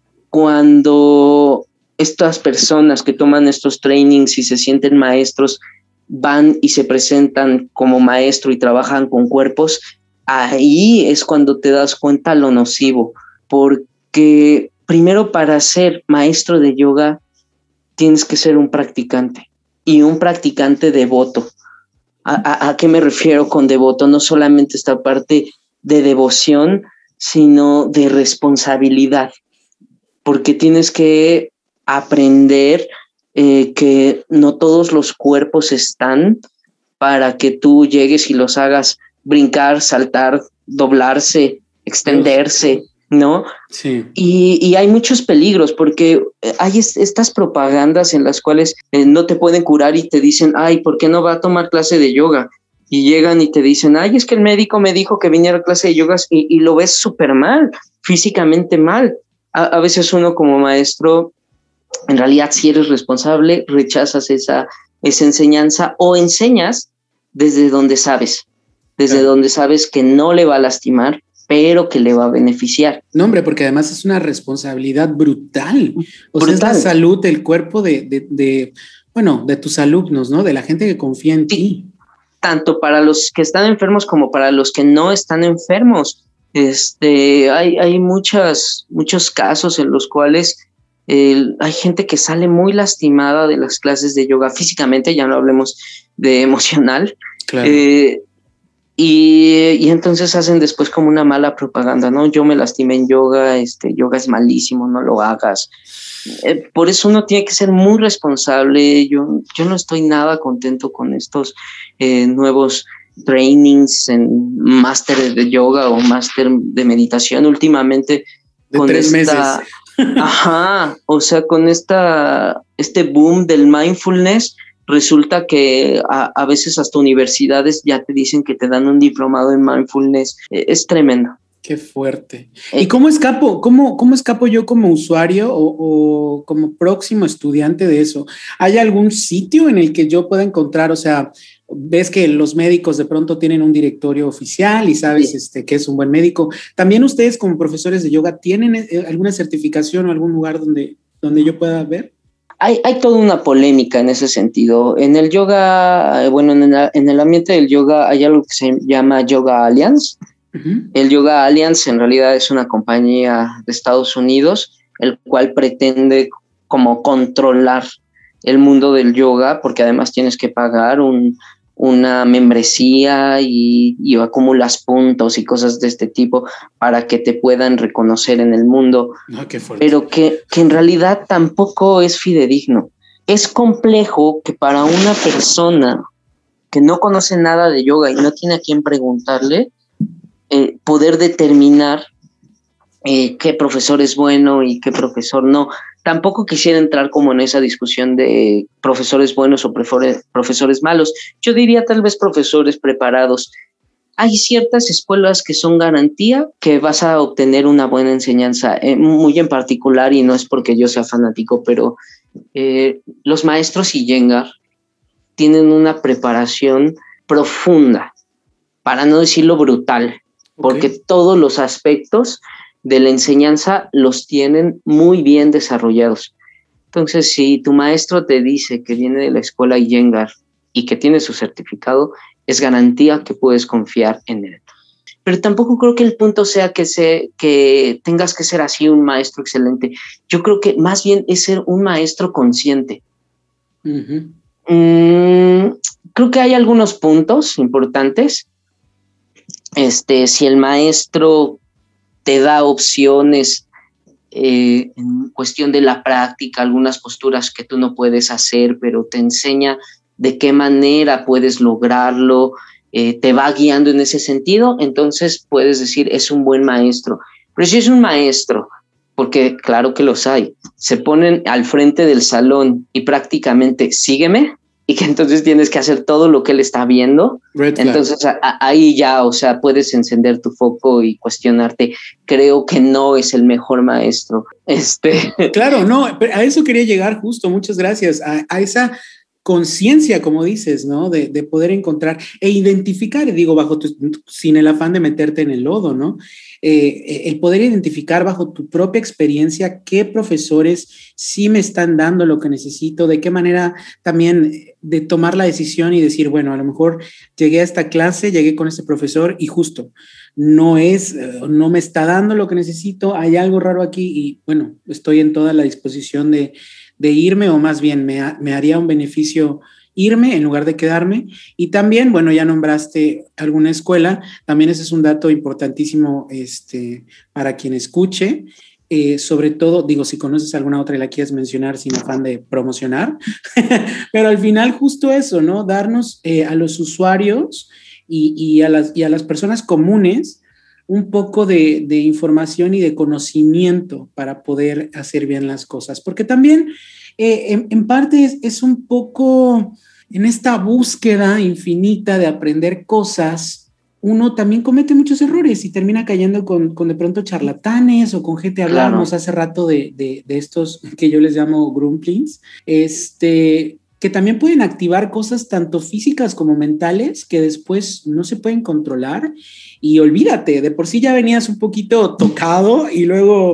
Cuando estas personas que toman estos trainings y se sienten maestros van y se presentan como maestro y trabajan con cuerpos, ahí es cuando te das cuenta lo nocivo, porque primero, para ser maestro de yoga, tienes que ser un practicante y un practicante devoto. ¿A, a, a qué me refiero con devoto? No solamente esta parte de devoción, sino de responsabilidad, porque tienes que aprender eh, que no todos los cuerpos están para que tú llegues y los hagas brincar, saltar, doblarse, extenderse, ¿no? Sí. Y, y hay muchos peligros porque hay est- estas propagandas en las cuales eh, no te pueden curar y te dicen, ay, ¿por qué no va a tomar clase de yoga? Y llegan y te dicen, ay, es que el médico me dijo que viniera a clase de yoga y, y lo ves súper mal, físicamente mal. A, a veces uno como maestro, en realidad si eres responsable, rechazas esa, esa enseñanza o enseñas desde donde sabes, desde claro. donde sabes que no le va a lastimar, pero que le va a beneficiar. No, hombre, porque además es una responsabilidad brutal. O brutal. sea, es la salud, el cuerpo de, de, de, bueno, de tus alumnos, ¿no? De la gente que confía en sí. ti. Tanto para los que están enfermos como para los que no están enfermos. Este, hay, hay muchas, muchos casos en los cuales eh, hay gente que sale muy lastimada de las clases de yoga físicamente, ya no hablemos de emocional. Claro. Eh, Y, y entonces hacen después como una mala propaganda, ¿no? Yo me lastimé en yoga, este, yoga es malísimo, no lo hagas. Eh, por eso uno tiene que ser muy responsable. Yo, yo no estoy nada contento con estos eh, nuevos trainings en máster de yoga o máster de meditación últimamente. De con tres esta, meses. Ajá, o sea, con esta, este boom del mindfulness, resulta que a, a veces hasta universidades ya te dicen que te dan un diplomado en mindfulness. Es tremendo. Qué fuerte. ¿Y cómo escapo? ¿Cómo, cómo escapo yo como usuario o, o como próximo estudiante de eso? ¿Hay algún sitio en el que yo pueda encontrar? O sea, ves que los médicos de pronto tienen un directorio oficial y sabes sí. este, que es un buen médico. ¿También ustedes como profesores de yoga tienen alguna certificación o algún lugar donde, donde yo pueda ver? Hay, hay toda una polémica en ese sentido. En el yoga, bueno, en el, en el ambiente del yoga hay algo que se llama Yoga Alliance. Uh-huh. El Yoga Alliance en realidad es una compañía de Estados Unidos, el cual pretende como controlar el mundo del yoga, porque además tienes que pagar un, una membresía y, y acumulas puntos y cosas de este tipo para que te puedan reconocer en el mundo. Oh, qué fuerte. Pero que, que en realidad tampoco es fidedigno. Es complejo que para una persona que no conoce nada de yoga y no tiene a quién preguntarle, eh, poder determinar eh, qué profesor es bueno y qué profesor no. Tampoco quisiera entrar como en esa discusión de profesores buenos o profesores, profesores malos. Yo diría tal vez profesores preparados. Hay ciertas escuelas que son garantía que vas a obtener una buena enseñanza, eh, muy en particular, y no es porque yo sea fanático, pero eh, los maestros Iyengar tienen una preparación profunda, para no decirlo brutal, porque okay. todos los aspectos de la enseñanza los tienen muy bien desarrollados. Entonces, si tu maestro te dice que viene de la escuela Iyengar y que tiene su certificado, es garantía que puedes confiar en él. Pero tampoco creo que el punto sea que, se, que tengas que ser así un maestro excelente. Yo creo que más bien es ser un maestro consciente. Uh-huh. Mm, creo que hay algunos puntos importantes. Este, si el maestro te da opciones eh, en cuestión de la práctica, algunas posturas que tú no puedes hacer, pero te enseña de qué manera puedes lograrlo, eh, te va guiando en ese sentido, entonces puedes decir, es un buen maestro. Pero si es un maestro, porque claro que los hay, se ponen al frente del salón y prácticamente sígueme, y que entonces tienes que hacer todo lo que él está viendo, entonces a, a, ahí ya, o sea, puedes encender tu foco y cuestionarte, creo que no es el mejor maestro. Este... Claro, no, a eso quería llegar justo, muchas gracias, a, a esa conciencia, como dices, ¿no? De, de poder encontrar e identificar, digo, bajo tu, sin el afán de meterte en el lodo, ¿no? Eh, el poder identificar bajo tu propia experiencia qué profesores sí me están dando lo que necesito, de qué manera también de tomar la decisión y decir, bueno, a lo mejor llegué a esta clase, llegué con este profesor y justo no es, no me está dando lo que necesito, hay algo raro aquí y bueno, estoy en toda la disposición de, de irme o más bien me, me haría un beneficio irme en lugar de quedarme. Y también, bueno, ya nombraste alguna escuela, también ese es un dato importantísimo este, para quien escuche, eh, sobre todo, digo, si conoces alguna otra y la quieres mencionar sin afán de promocionar, pero al final justo eso, ¿no? Darnos eh, a los usuarios y, y, a las, y a las personas comunes un poco de, de información y de conocimiento para poder hacer bien las cosas, porque también eh, en, en parte es, es un poco en esta búsqueda infinita de aprender cosas, uno también comete muchos errores y termina cayendo con, con de pronto charlatanes o con gente, hablamos claro. hace rato de, de, de estos que yo les llamo grumplings, este, que también pueden activar cosas tanto físicas como mentales que después no se pueden controlar. Y olvídate, de por sí ya venías un poquito tocado y luego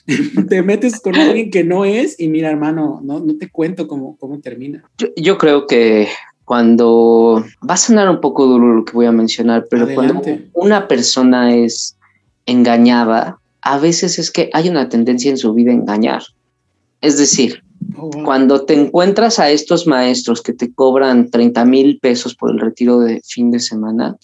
te metes con alguien que no es y mira, hermano, no, no te cuento cómo, cómo termina. Yo, yo creo que cuando, va a sonar un poco duro lo que voy a mencionar, pero Adelante. Cuando una persona es engañada, a veces es que hay una tendencia en su vida a engañar. Es decir, oh, wow. Cuando te encuentras a estos maestros que te cobran treinta mil pesos por el retiro de fin de semana,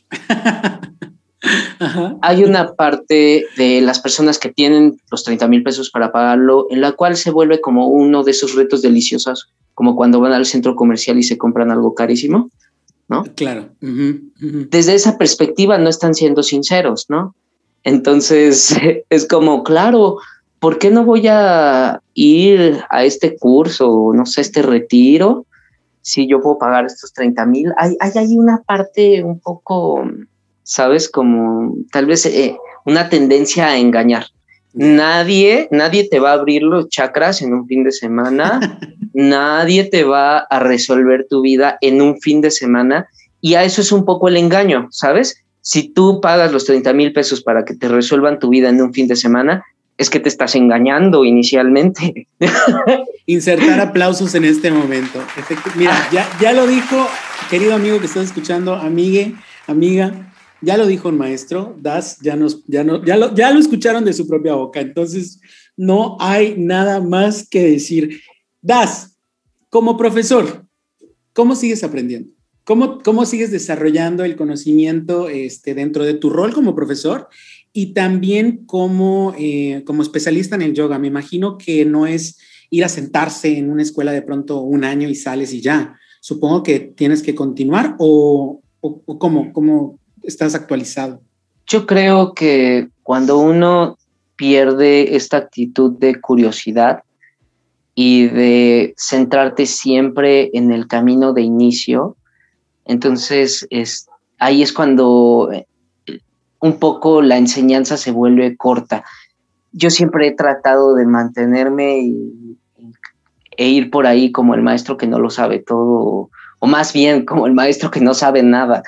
Ajá. Hay una parte de las personas que tienen los treinta mil pesos para pagarlo, en la cual se vuelve como uno de esos retos deliciosos, como cuando van al centro comercial y se compran algo carísimo, ¿no? Claro. Uh-huh, uh-huh. Desde esa perspectiva no están siendo sinceros, ¿no? Entonces es como, claro, ¿por qué no voy a ir a este curso, no sé, este retiro, si yo puedo pagar estos treinta mil? Hay, hay, hay una parte un poco... ¿sabes? Como tal vez eh, una tendencia a engañar. Nadie, nadie te va a abrir los chakras en un fin de semana, nadie te va a resolver tu vida en un fin de semana, y a eso es un poco el engaño, ¿sabes? Si tú pagas los treinta mil pesos para que te resuelvan tu vida en un fin de semana, es que te estás engañando inicialmente. Insertar aplausos en este momento. Mira, ya, ya lo dijo, querido amigo que estás escuchando, amigue, amiga, ya lo dijo un maestro, Das, ya, nos, ya, no, ya, lo, ya lo escucharon de su propia boca, entonces no hay nada más que decir. Das, como profesor, ¿cómo sigues aprendiendo? ¿Cómo, cómo sigues desarrollando el conocimiento este, dentro de tu rol como profesor y también como, eh, como especialista en el yoga? Me imagino que no es ir a sentarse en una escuela de pronto un año y sales y ya. Supongo que tienes que continuar o, o, o cómo, cómo estás actualizado. Yo creo que cuando uno pierde esta actitud de curiosidad y de centrarte siempre en el camino de inicio, entonces es, ahí es cuando un poco la enseñanza se vuelve corta. Yo siempre he tratado de mantenerme y, e ir por ahí como el maestro que no lo sabe todo, o más bien como el maestro que no sabe nada.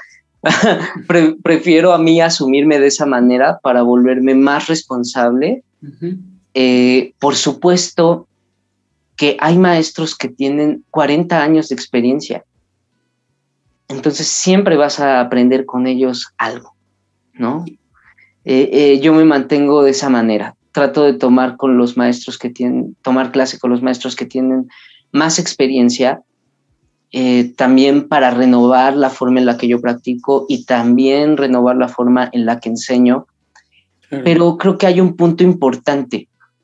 Pre- prefiero a mí asumirme de esa manera para volverme más responsable. Uh-huh. Eh, por supuesto que hay maestros que tienen cuarenta años de experiencia. Entonces siempre vas a aprender con ellos algo, ¿no? Eh, eh, yo me mantengo de esa manera. Trato de tomar con los maestros que tienen, tomar clase con los maestros que tienen más experiencia, eh, también para renovar la forma en la que yo practico y también renovar la forma en la que enseño. Claro. Pero creo que hay un punto importante.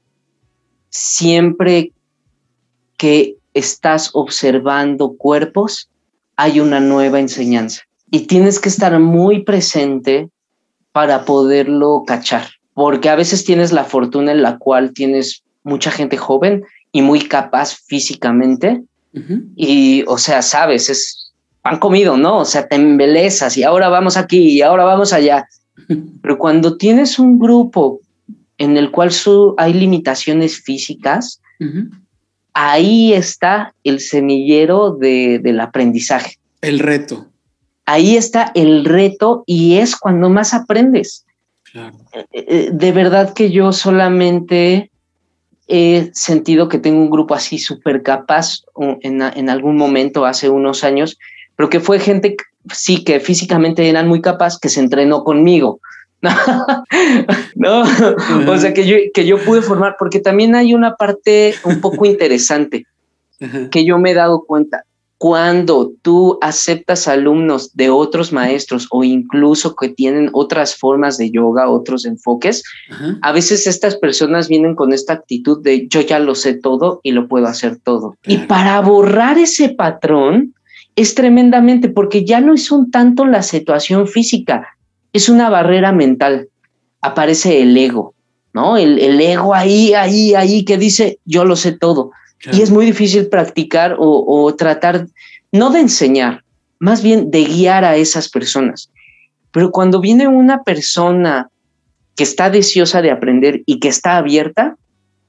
Siempre que estás observando cuerpos, hay una nueva enseñanza y tienes que estar muy presente para poderlo cachar, porque a veces tienes la fortuna en la cual tienes mucha gente joven y muy capaz físicamente, uh-huh. y, o sea, sabes, es pan comido, ¿no? O sea, te embelezas y ahora vamos aquí y ahora vamos allá. Pero cuando tienes un grupo en el cual su, hay limitaciones físicas, uh-huh. ahí está el semillero de, del aprendizaje. El reto. Ahí está el reto y es cuando más aprendes. Claro. De verdad que yo solamente he sentido que tengo un grupo así súper capaz en, en algún momento hace unos años, pero que fue gente, sí, que físicamente eran muy capaz, que se entrenó conmigo. No, uh-huh. O sea, que yo, que yo pude formar, porque también hay una parte un poco interesante uh-huh. que yo me he dado cuenta. Cuando tú aceptas alumnos de otros maestros o incluso que tienen otras formas de yoga, otros enfoques, uh-huh. a veces estas personas vienen con esta actitud de yo ya lo sé todo y lo puedo hacer todo. Claro. Y para borrar ese patrón es tremendamente, porque ya no es un tanto la situación física, es una barrera mental. Aparece el ego, ¿no? El, el ego ahí, ahí, ahí que dice yo lo sé todo. Claro. Y es muy difícil practicar o, o tratar, no de enseñar, más bien de guiar a esas personas. Pero cuando viene una persona que está deseosa de aprender y que está abierta,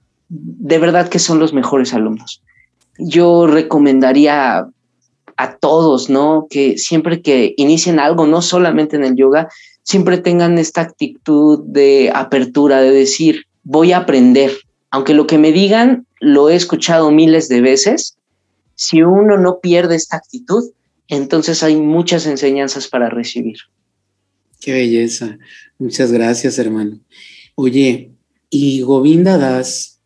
de verdad que son los mejores alumnos. Yo recomendaría a, a todos, ¿no? Que siempre que inicien algo, no solamente en el yoga, siempre tengan esta actitud de apertura, de decir, voy a aprender. Aunque lo que me digan lo he escuchado miles de veces, si uno no pierde esta actitud, entonces hay muchas enseñanzas para recibir. Qué belleza. Muchas gracias, hermano. Oye, y Govinda Das,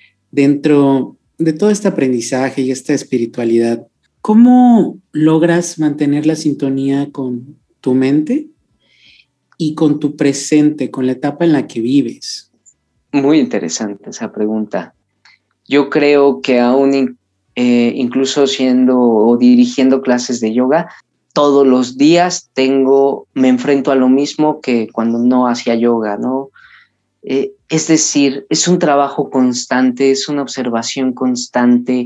dentro de todo este aprendizaje y esta espiritualidad, ¿cómo logras mantener la sintonía con tu mente y con tu presente, con la etapa en la que vives? Muy interesante esa pregunta. Yo creo que aún eh, incluso siendo o dirigiendo clases de yoga, todos los días tengo, me enfrento a lo mismo que cuando no hacía yoga, ¿no? Eh, es decir, es un trabajo constante, es una observación constante.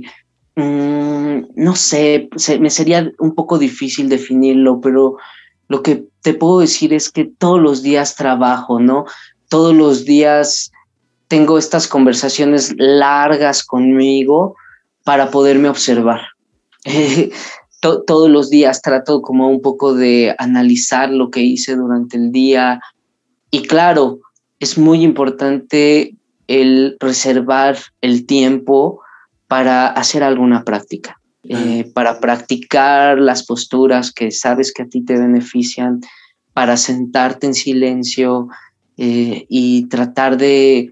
Mm, no sé, se, me sería un poco difícil definirlo, pero lo que te puedo decir es que todos los días trabajo, ¿no? Todos los días tengo estas conversaciones largas conmigo para poderme observar. Eh, to- todos los días trato como un poco de analizar lo que hice durante el día. Y claro, es muy importante el reservar el tiempo para hacer alguna práctica, eh, para practicar las posturas que sabes que a ti te benefician, para sentarte en silencio eh, y tratar de,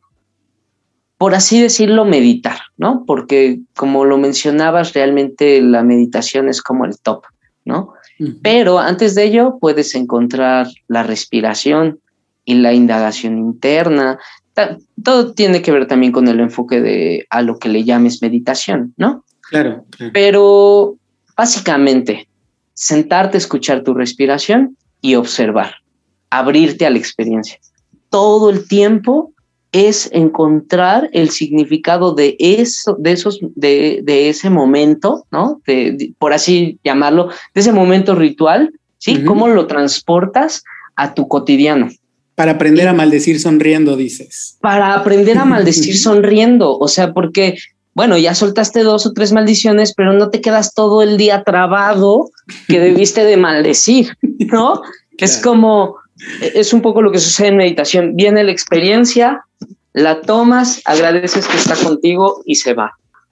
por así decirlo, meditar, ¿no? Porque como lo mencionabas, realmente la meditación es como el top, ¿no? Uh-huh. Pero antes de ello puedes encontrar la respiración y la indagación interna. Todo tiene que ver también con el enfoque de a lo que le llames meditación, ¿no? Claro, claro. Pero básicamente, sentarte, escuchar tu respiración y observar, abrirte a la experiencia. Todo el tiempo es encontrar el significado de eso, de esos, de, de ese momento, ¿no? De, de, por así llamarlo, de ese momento ritual, ¿sí? Uh-huh. ¿Cómo lo transportas a tu cotidiano? Para aprender y, a maldecir sonriendo, dices. Para aprender a maldecir sonriendo, o sea, porque, bueno, ya soltaste dos o tres maldiciones, pero no te quedas todo el día trabado que debiste de maldecir, ¿no? Claro. Es como, es un poco lo que sucede en meditación. Viene la experiencia, la tomas, agradeces que está contigo y se va.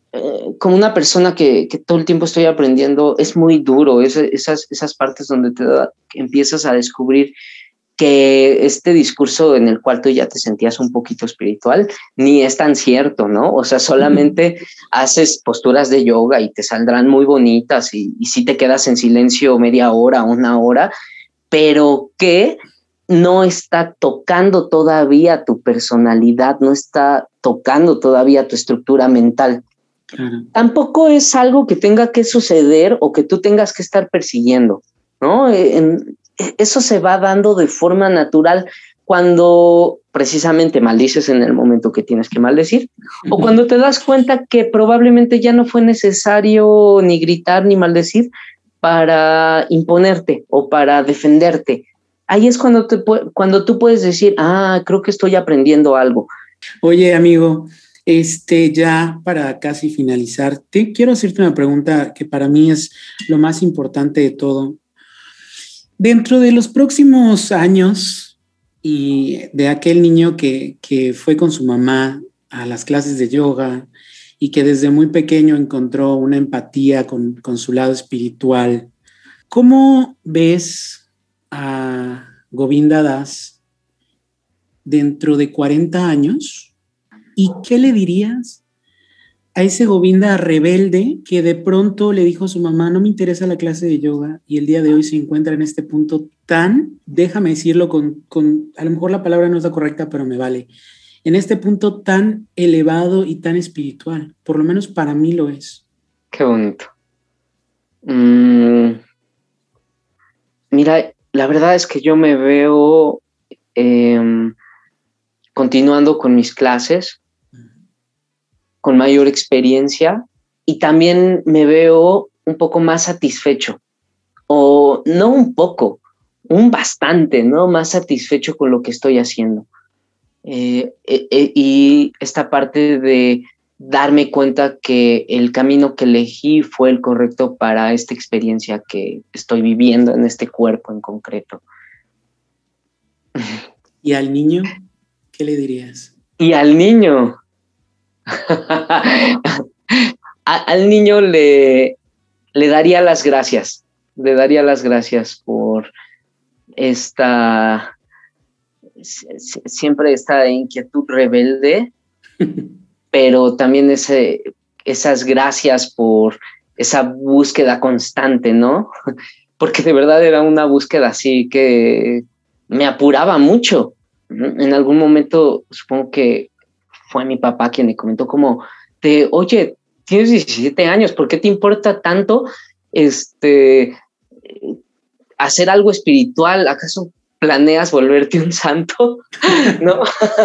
eh, como una persona que, que todo el tiempo estoy aprendiendo, es muy duro, es, esas, esas partes donde te da, empiezas a descubrir que este discurso en el cual tú ya te sentías un poquito espiritual, ni es tan cierto, ¿no? O sea, solamente haces posturas de yoga y te saldrán muy bonitas y, y sí te quedas en silencio media hora, una hora, pero que no está tocando todavía tu personalidad, no está tocando todavía tu estructura mental. Claro. Tampoco es algo que tenga que suceder o que tú tengas que estar persiguiendo, ¿no? En, eso se va dando de forma natural cuando precisamente maldices en el momento que tienes que maldecir, uh-huh. o cuando te das cuenta que probablemente ya no fue necesario ni gritar ni maldecir para imponerte o para defenderte. Ahí es cuando, te, cuando tú puedes decir, ah, creo que estoy aprendiendo algo. Oye, amigo, este, ya para casi finalizar, te quiero hacerte una pregunta que para mí es lo más importante de todo. Dentro de los próximos años y de aquel niño que, que fue con su mamá a las clases de yoga y que desde muy pequeño encontró una empatía con, con su lado espiritual, ¿cómo ves a Govinda Das dentro de cuarenta años? ¿Y qué le dirías a ese Govinda rebelde que de pronto le dijo a su mamá, no me interesa la clase de yoga, y el día de hoy se encuentra en este punto tan, déjame decirlo con, con, a lo mejor la palabra no es la correcta, pero me vale, en este punto tan elevado y tan espiritual? Por lo menos para mí lo es. Qué bonito. Mm, mira, la verdad es que yo me veo eh, continuando con mis clases, con mayor experiencia, y también me veo un poco más satisfecho, o no un poco, un bastante, ¿no? Más satisfecho con lo que estoy haciendo. Eh, eh, eh, y esta parte de darme cuenta que el camino que elegí fue el correcto para esta experiencia que estoy viviendo en este cuerpo en concreto. ¿Y al niño qué le dirías? Y al niño... A, al niño le, le daría las gracias, le daría las gracias por esta, siempre esta inquietud rebelde, pero también ese, esas gracias por esa búsqueda constante, ¿no? Porque de verdad era una búsqueda así que me apuraba mucho. En algún momento, supongo que fue mi papá quien me comentó como de, oye, tienes diecisiete años, ¿por qué te importa tanto este, hacer algo espiritual? ¿Acaso planeas volverte un santo? ¿No?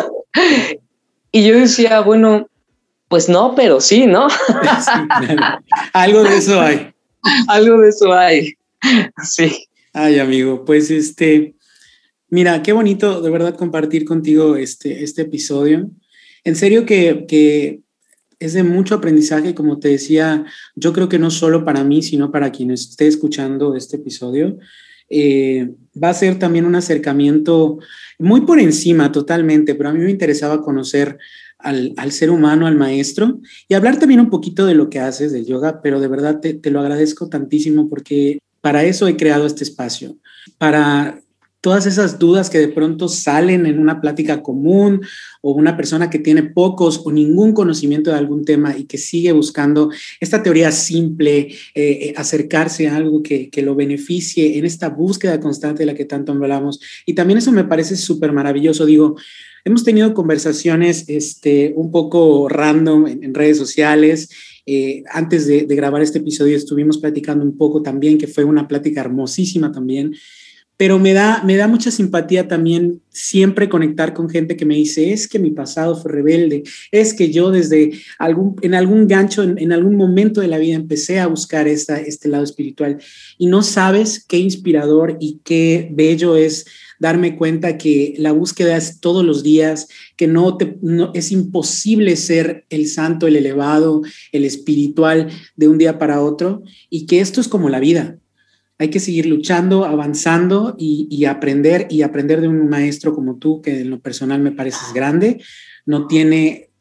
Y yo decía, bueno, pues no, pero sí, ¿no? Sí, claro. Algo de eso hay. Algo de eso hay, sí. Ay, amigo, pues este, mira, qué bonito de verdad compartir contigo este, este episodio. En serio que, que es de mucho aprendizaje, como te decía, yo creo que no solo para mí, sino para quien esté escuchando este episodio. Eh, va a ser también un acercamiento muy por encima totalmente, pero a mí me interesaba conocer al, al ser humano, al maestro, y hablar también un poquito de lo que haces del yoga, pero de verdad te, te lo agradezco tantísimo porque para eso he creado este espacio, para todas esas dudas que de pronto salen en una plática común o una persona que tiene pocos o ningún conocimiento de algún tema y que sigue buscando esta teoría simple, eh, acercarse a algo que, que lo beneficie en esta búsqueda constante de la que tanto hablamos. Y también eso me parece súper maravilloso. Digo, hemos tenido conversaciones este, un poco random en, en redes sociales. Eh, antes de, de grabar este episodio estuvimos platicando un poco también, que fue una plática hermosísima también. Pero me da, me da mucha simpatía también siempre conectar con gente que me dice, es que mi pasado fue rebelde, es que yo desde algún, en algún gancho, en, en algún momento de la vida empecé a buscar esta, este lado espiritual. Y no sabes qué inspirador y qué bello es darme cuenta que la búsqueda es todos los días, que no, te, no es imposible ser el santo, el elevado, el espiritual de un día para otro, y que esto es como la vida. Hay que seguir luchando, avanzando y, y aprender y aprender de un maestro como tú, que en lo personal me pareces grande. No tiene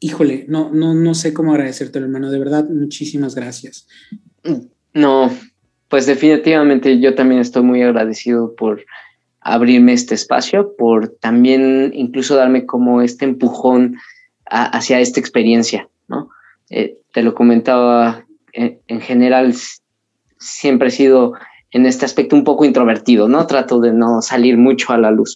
híjole, no, no, no sé cómo agradecértelo, hermano, de verdad, muchísimas gracias. No, pues definitivamente yo también estoy muy agradecido por abrirme este espacio, por también incluso darme como este empujón a, hacia esta experiencia, ¿no? Eh, te lo comentaba, en, en general siempre he sido en este aspecto un poco introvertido, ¿no? Trato de no salir mucho a la luz.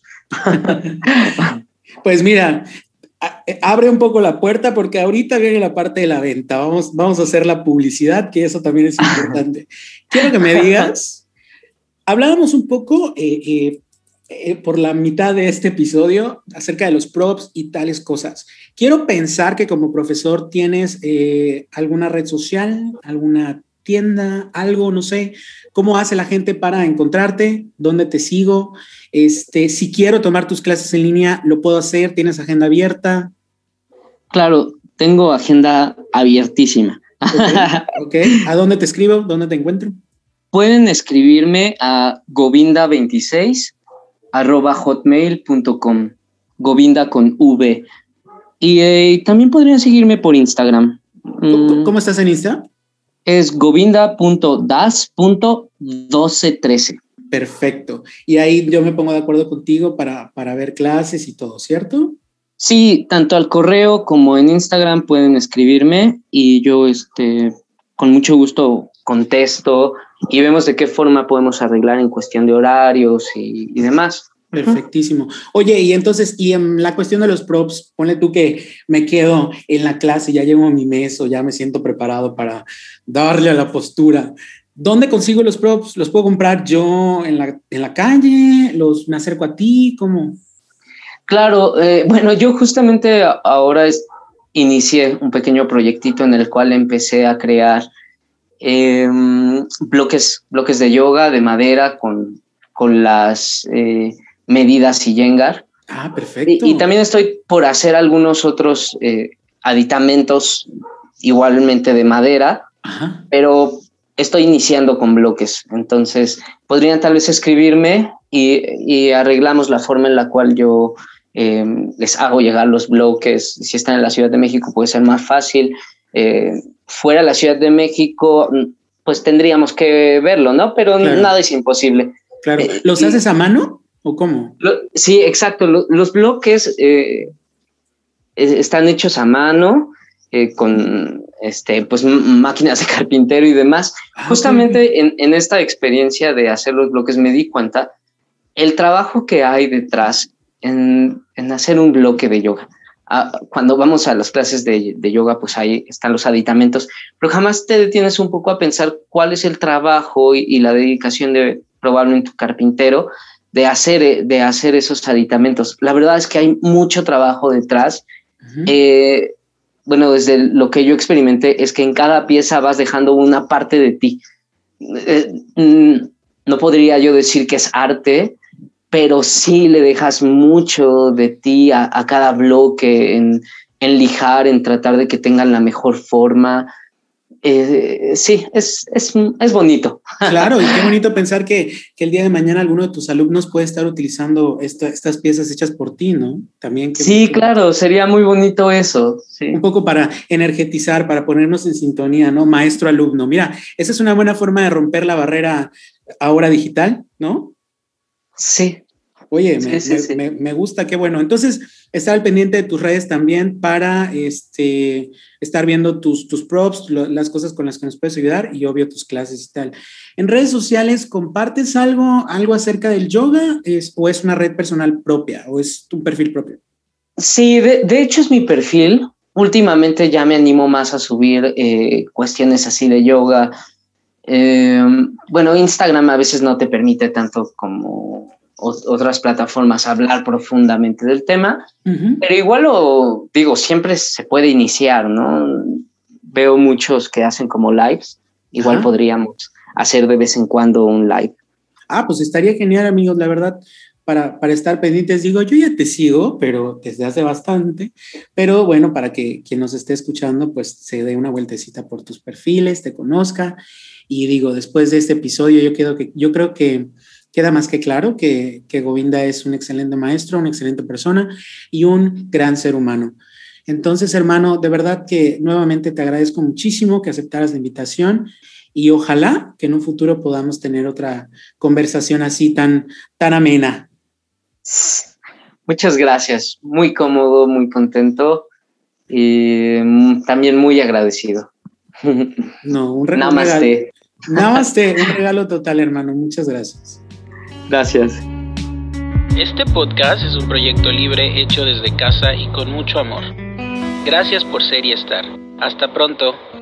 Pues mira, abre un poco la puerta porque ahorita viene la parte de la venta. Vamos, vamos a hacer la publicidad, que eso también es importante. Quiero que me digas, hablábamos un poco eh, eh, eh, por la mitad de este episodio acerca de los props y tales cosas. Quiero pensar que como profesor tienes eh, alguna red social, alguna tienda, algo, no sé, ¿cómo hace la gente para encontrarte? ¿Dónde te sigo? Este, si quiero tomar tus clases en línea, ¿lo puedo hacer? ¿Tienes agenda abierta? Claro, tengo agenda abiertísima. Ok, okay. ¿A dónde te escribo? ¿Dónde te encuentro? Pueden escribirme a govinda veintiséis arroba hotmail punto com, Govinda con V. Y eh, también podrían seguirme por Instagram. ¿Cómo, ¿Cómo estás en Insta? Es govinda punto das punto doce trece. Perfecto. Y ahí yo me pongo de acuerdo contigo para, para ver clases y todo, ¿cierto? Sí, tanto al correo como en Instagram pueden escribirme y yo este, con mucho gusto contesto y vemos de qué forma podemos arreglar en cuestión de horarios y, y demás. Perfectísimo. Oye, y entonces, y en la cuestión de los props, ponle tú que me quedo en la clase, ya llevo mi mes o ya me siento preparado para darle a la postura. ¿Dónde consigo los props? ¿Los puedo comprar yo en la, en la calle? ¿Los, me acerco a ti? ¿Cómo? Claro, eh, bueno, yo justamente ahora es, inicié un pequeño proyectito en el cual empecé a crear eh, bloques, bloques de yoga de madera con, con las eh, medidas Iyengar. Ah, perfecto. Y, y también estoy por hacer algunos otros eh, aditamentos igualmente de madera, ajá, pero estoy iniciando con bloques. Entonces, podrían tal vez escribirme y, y arreglamos la forma en la cual yo eh, les hago llegar los bloques. Si están en la Ciudad de México, puede ser más fácil. Eh, fuera de la Ciudad de México, pues tendríamos que verlo, ¿no? Pero claro, nada es imposible. Claro. ¿Los eh, haces a mano o cómo? Lo, sí, exacto. Lo, los bloques eh, están hechos a mano eh, con este, pues, máquinas de carpintero y demás. Ah, justamente okay, en, en esta experiencia de hacer los bloques me di cuenta el trabajo que hay detrás en, en hacer un bloque de yoga. Ah, cuando vamos a las clases de, de yoga, pues ahí están los aditamentos, pero jamás te detienes un poco a pensar cuál es el trabajo y, y la dedicación de probablemente tu carpintero de hacer, de hacer esos aditamentos. La verdad es que hay mucho trabajo detrás. Uh-huh. Eh, bueno, desde lo que yo experimenté es que en cada pieza vas dejando una parte de ti. Eh, no podría yo decir que es arte, pero sí le dejas mucho de ti a, a cada bloque, en, en lijar, en tratar de que tengan la mejor forma. Eh, sí, es, es, es bonito. Claro, y qué bonito pensar que, que el día de mañana alguno de tus alumnos puede estar utilizando esta, estas piezas hechas por ti, ¿no? También. Que, sí, que, claro, sería muy bonito eso. Sí. Un poco para energetizar, para ponernos en sintonía, ¿no? Maestro-alumno. Mira, esa es una buena forma de romper la barrera ahora digital, ¿no? Sí. Oye, sí, me, sí, me, sí. Me, me gusta, qué bueno. Entonces, estar al pendiente de tus redes también para este, estar viendo tus, tus props, lo, las cosas con las que nos puedes ayudar y obvio tus clases y tal. En redes sociales, ¿compartes algo, algo acerca del yoga es, o es una red personal propia o es tu perfil propio? Sí, de, de hecho es mi perfil. Últimamente ya me animo más a subir eh, cuestiones así de yoga. Eh, bueno, Instagram a veces no te permite tanto como otras plataformas hablar profundamente del tema, uh-huh, pero igual lo digo, siempre se puede iniciar, ¿no? Veo muchos que hacen como lives, igual uh-huh, podríamos hacer de vez en cuando un live. Ah, pues estaría genial, amigos, la verdad, para, para estar pendientes. Digo, yo ya te sigo, pero desde hace bastante, pero bueno, para que quien nos esté escuchando, pues se dé una vueltecita por tus perfiles, te conozca, y digo, después de este episodio, yo, quedo que, yo creo que queda más que claro que, que Govinda es un excelente maestro, una excelente persona y un gran ser humano. Entonces, hermano, de verdad que nuevamente te agradezco muchísimo que aceptaras la invitación y ojalá que en un futuro podamos tener otra conversación así tan, tan amena. Muchas gracias, muy cómodo, muy contento y también muy agradecido. No, un, re- Namaste. un regalo. Namaste, un regalo total, hermano. Muchas gracias. Gracias. Este podcast es un proyecto libre hecho desde casa y con mucho amor. Gracias por ser y estar. Hasta pronto.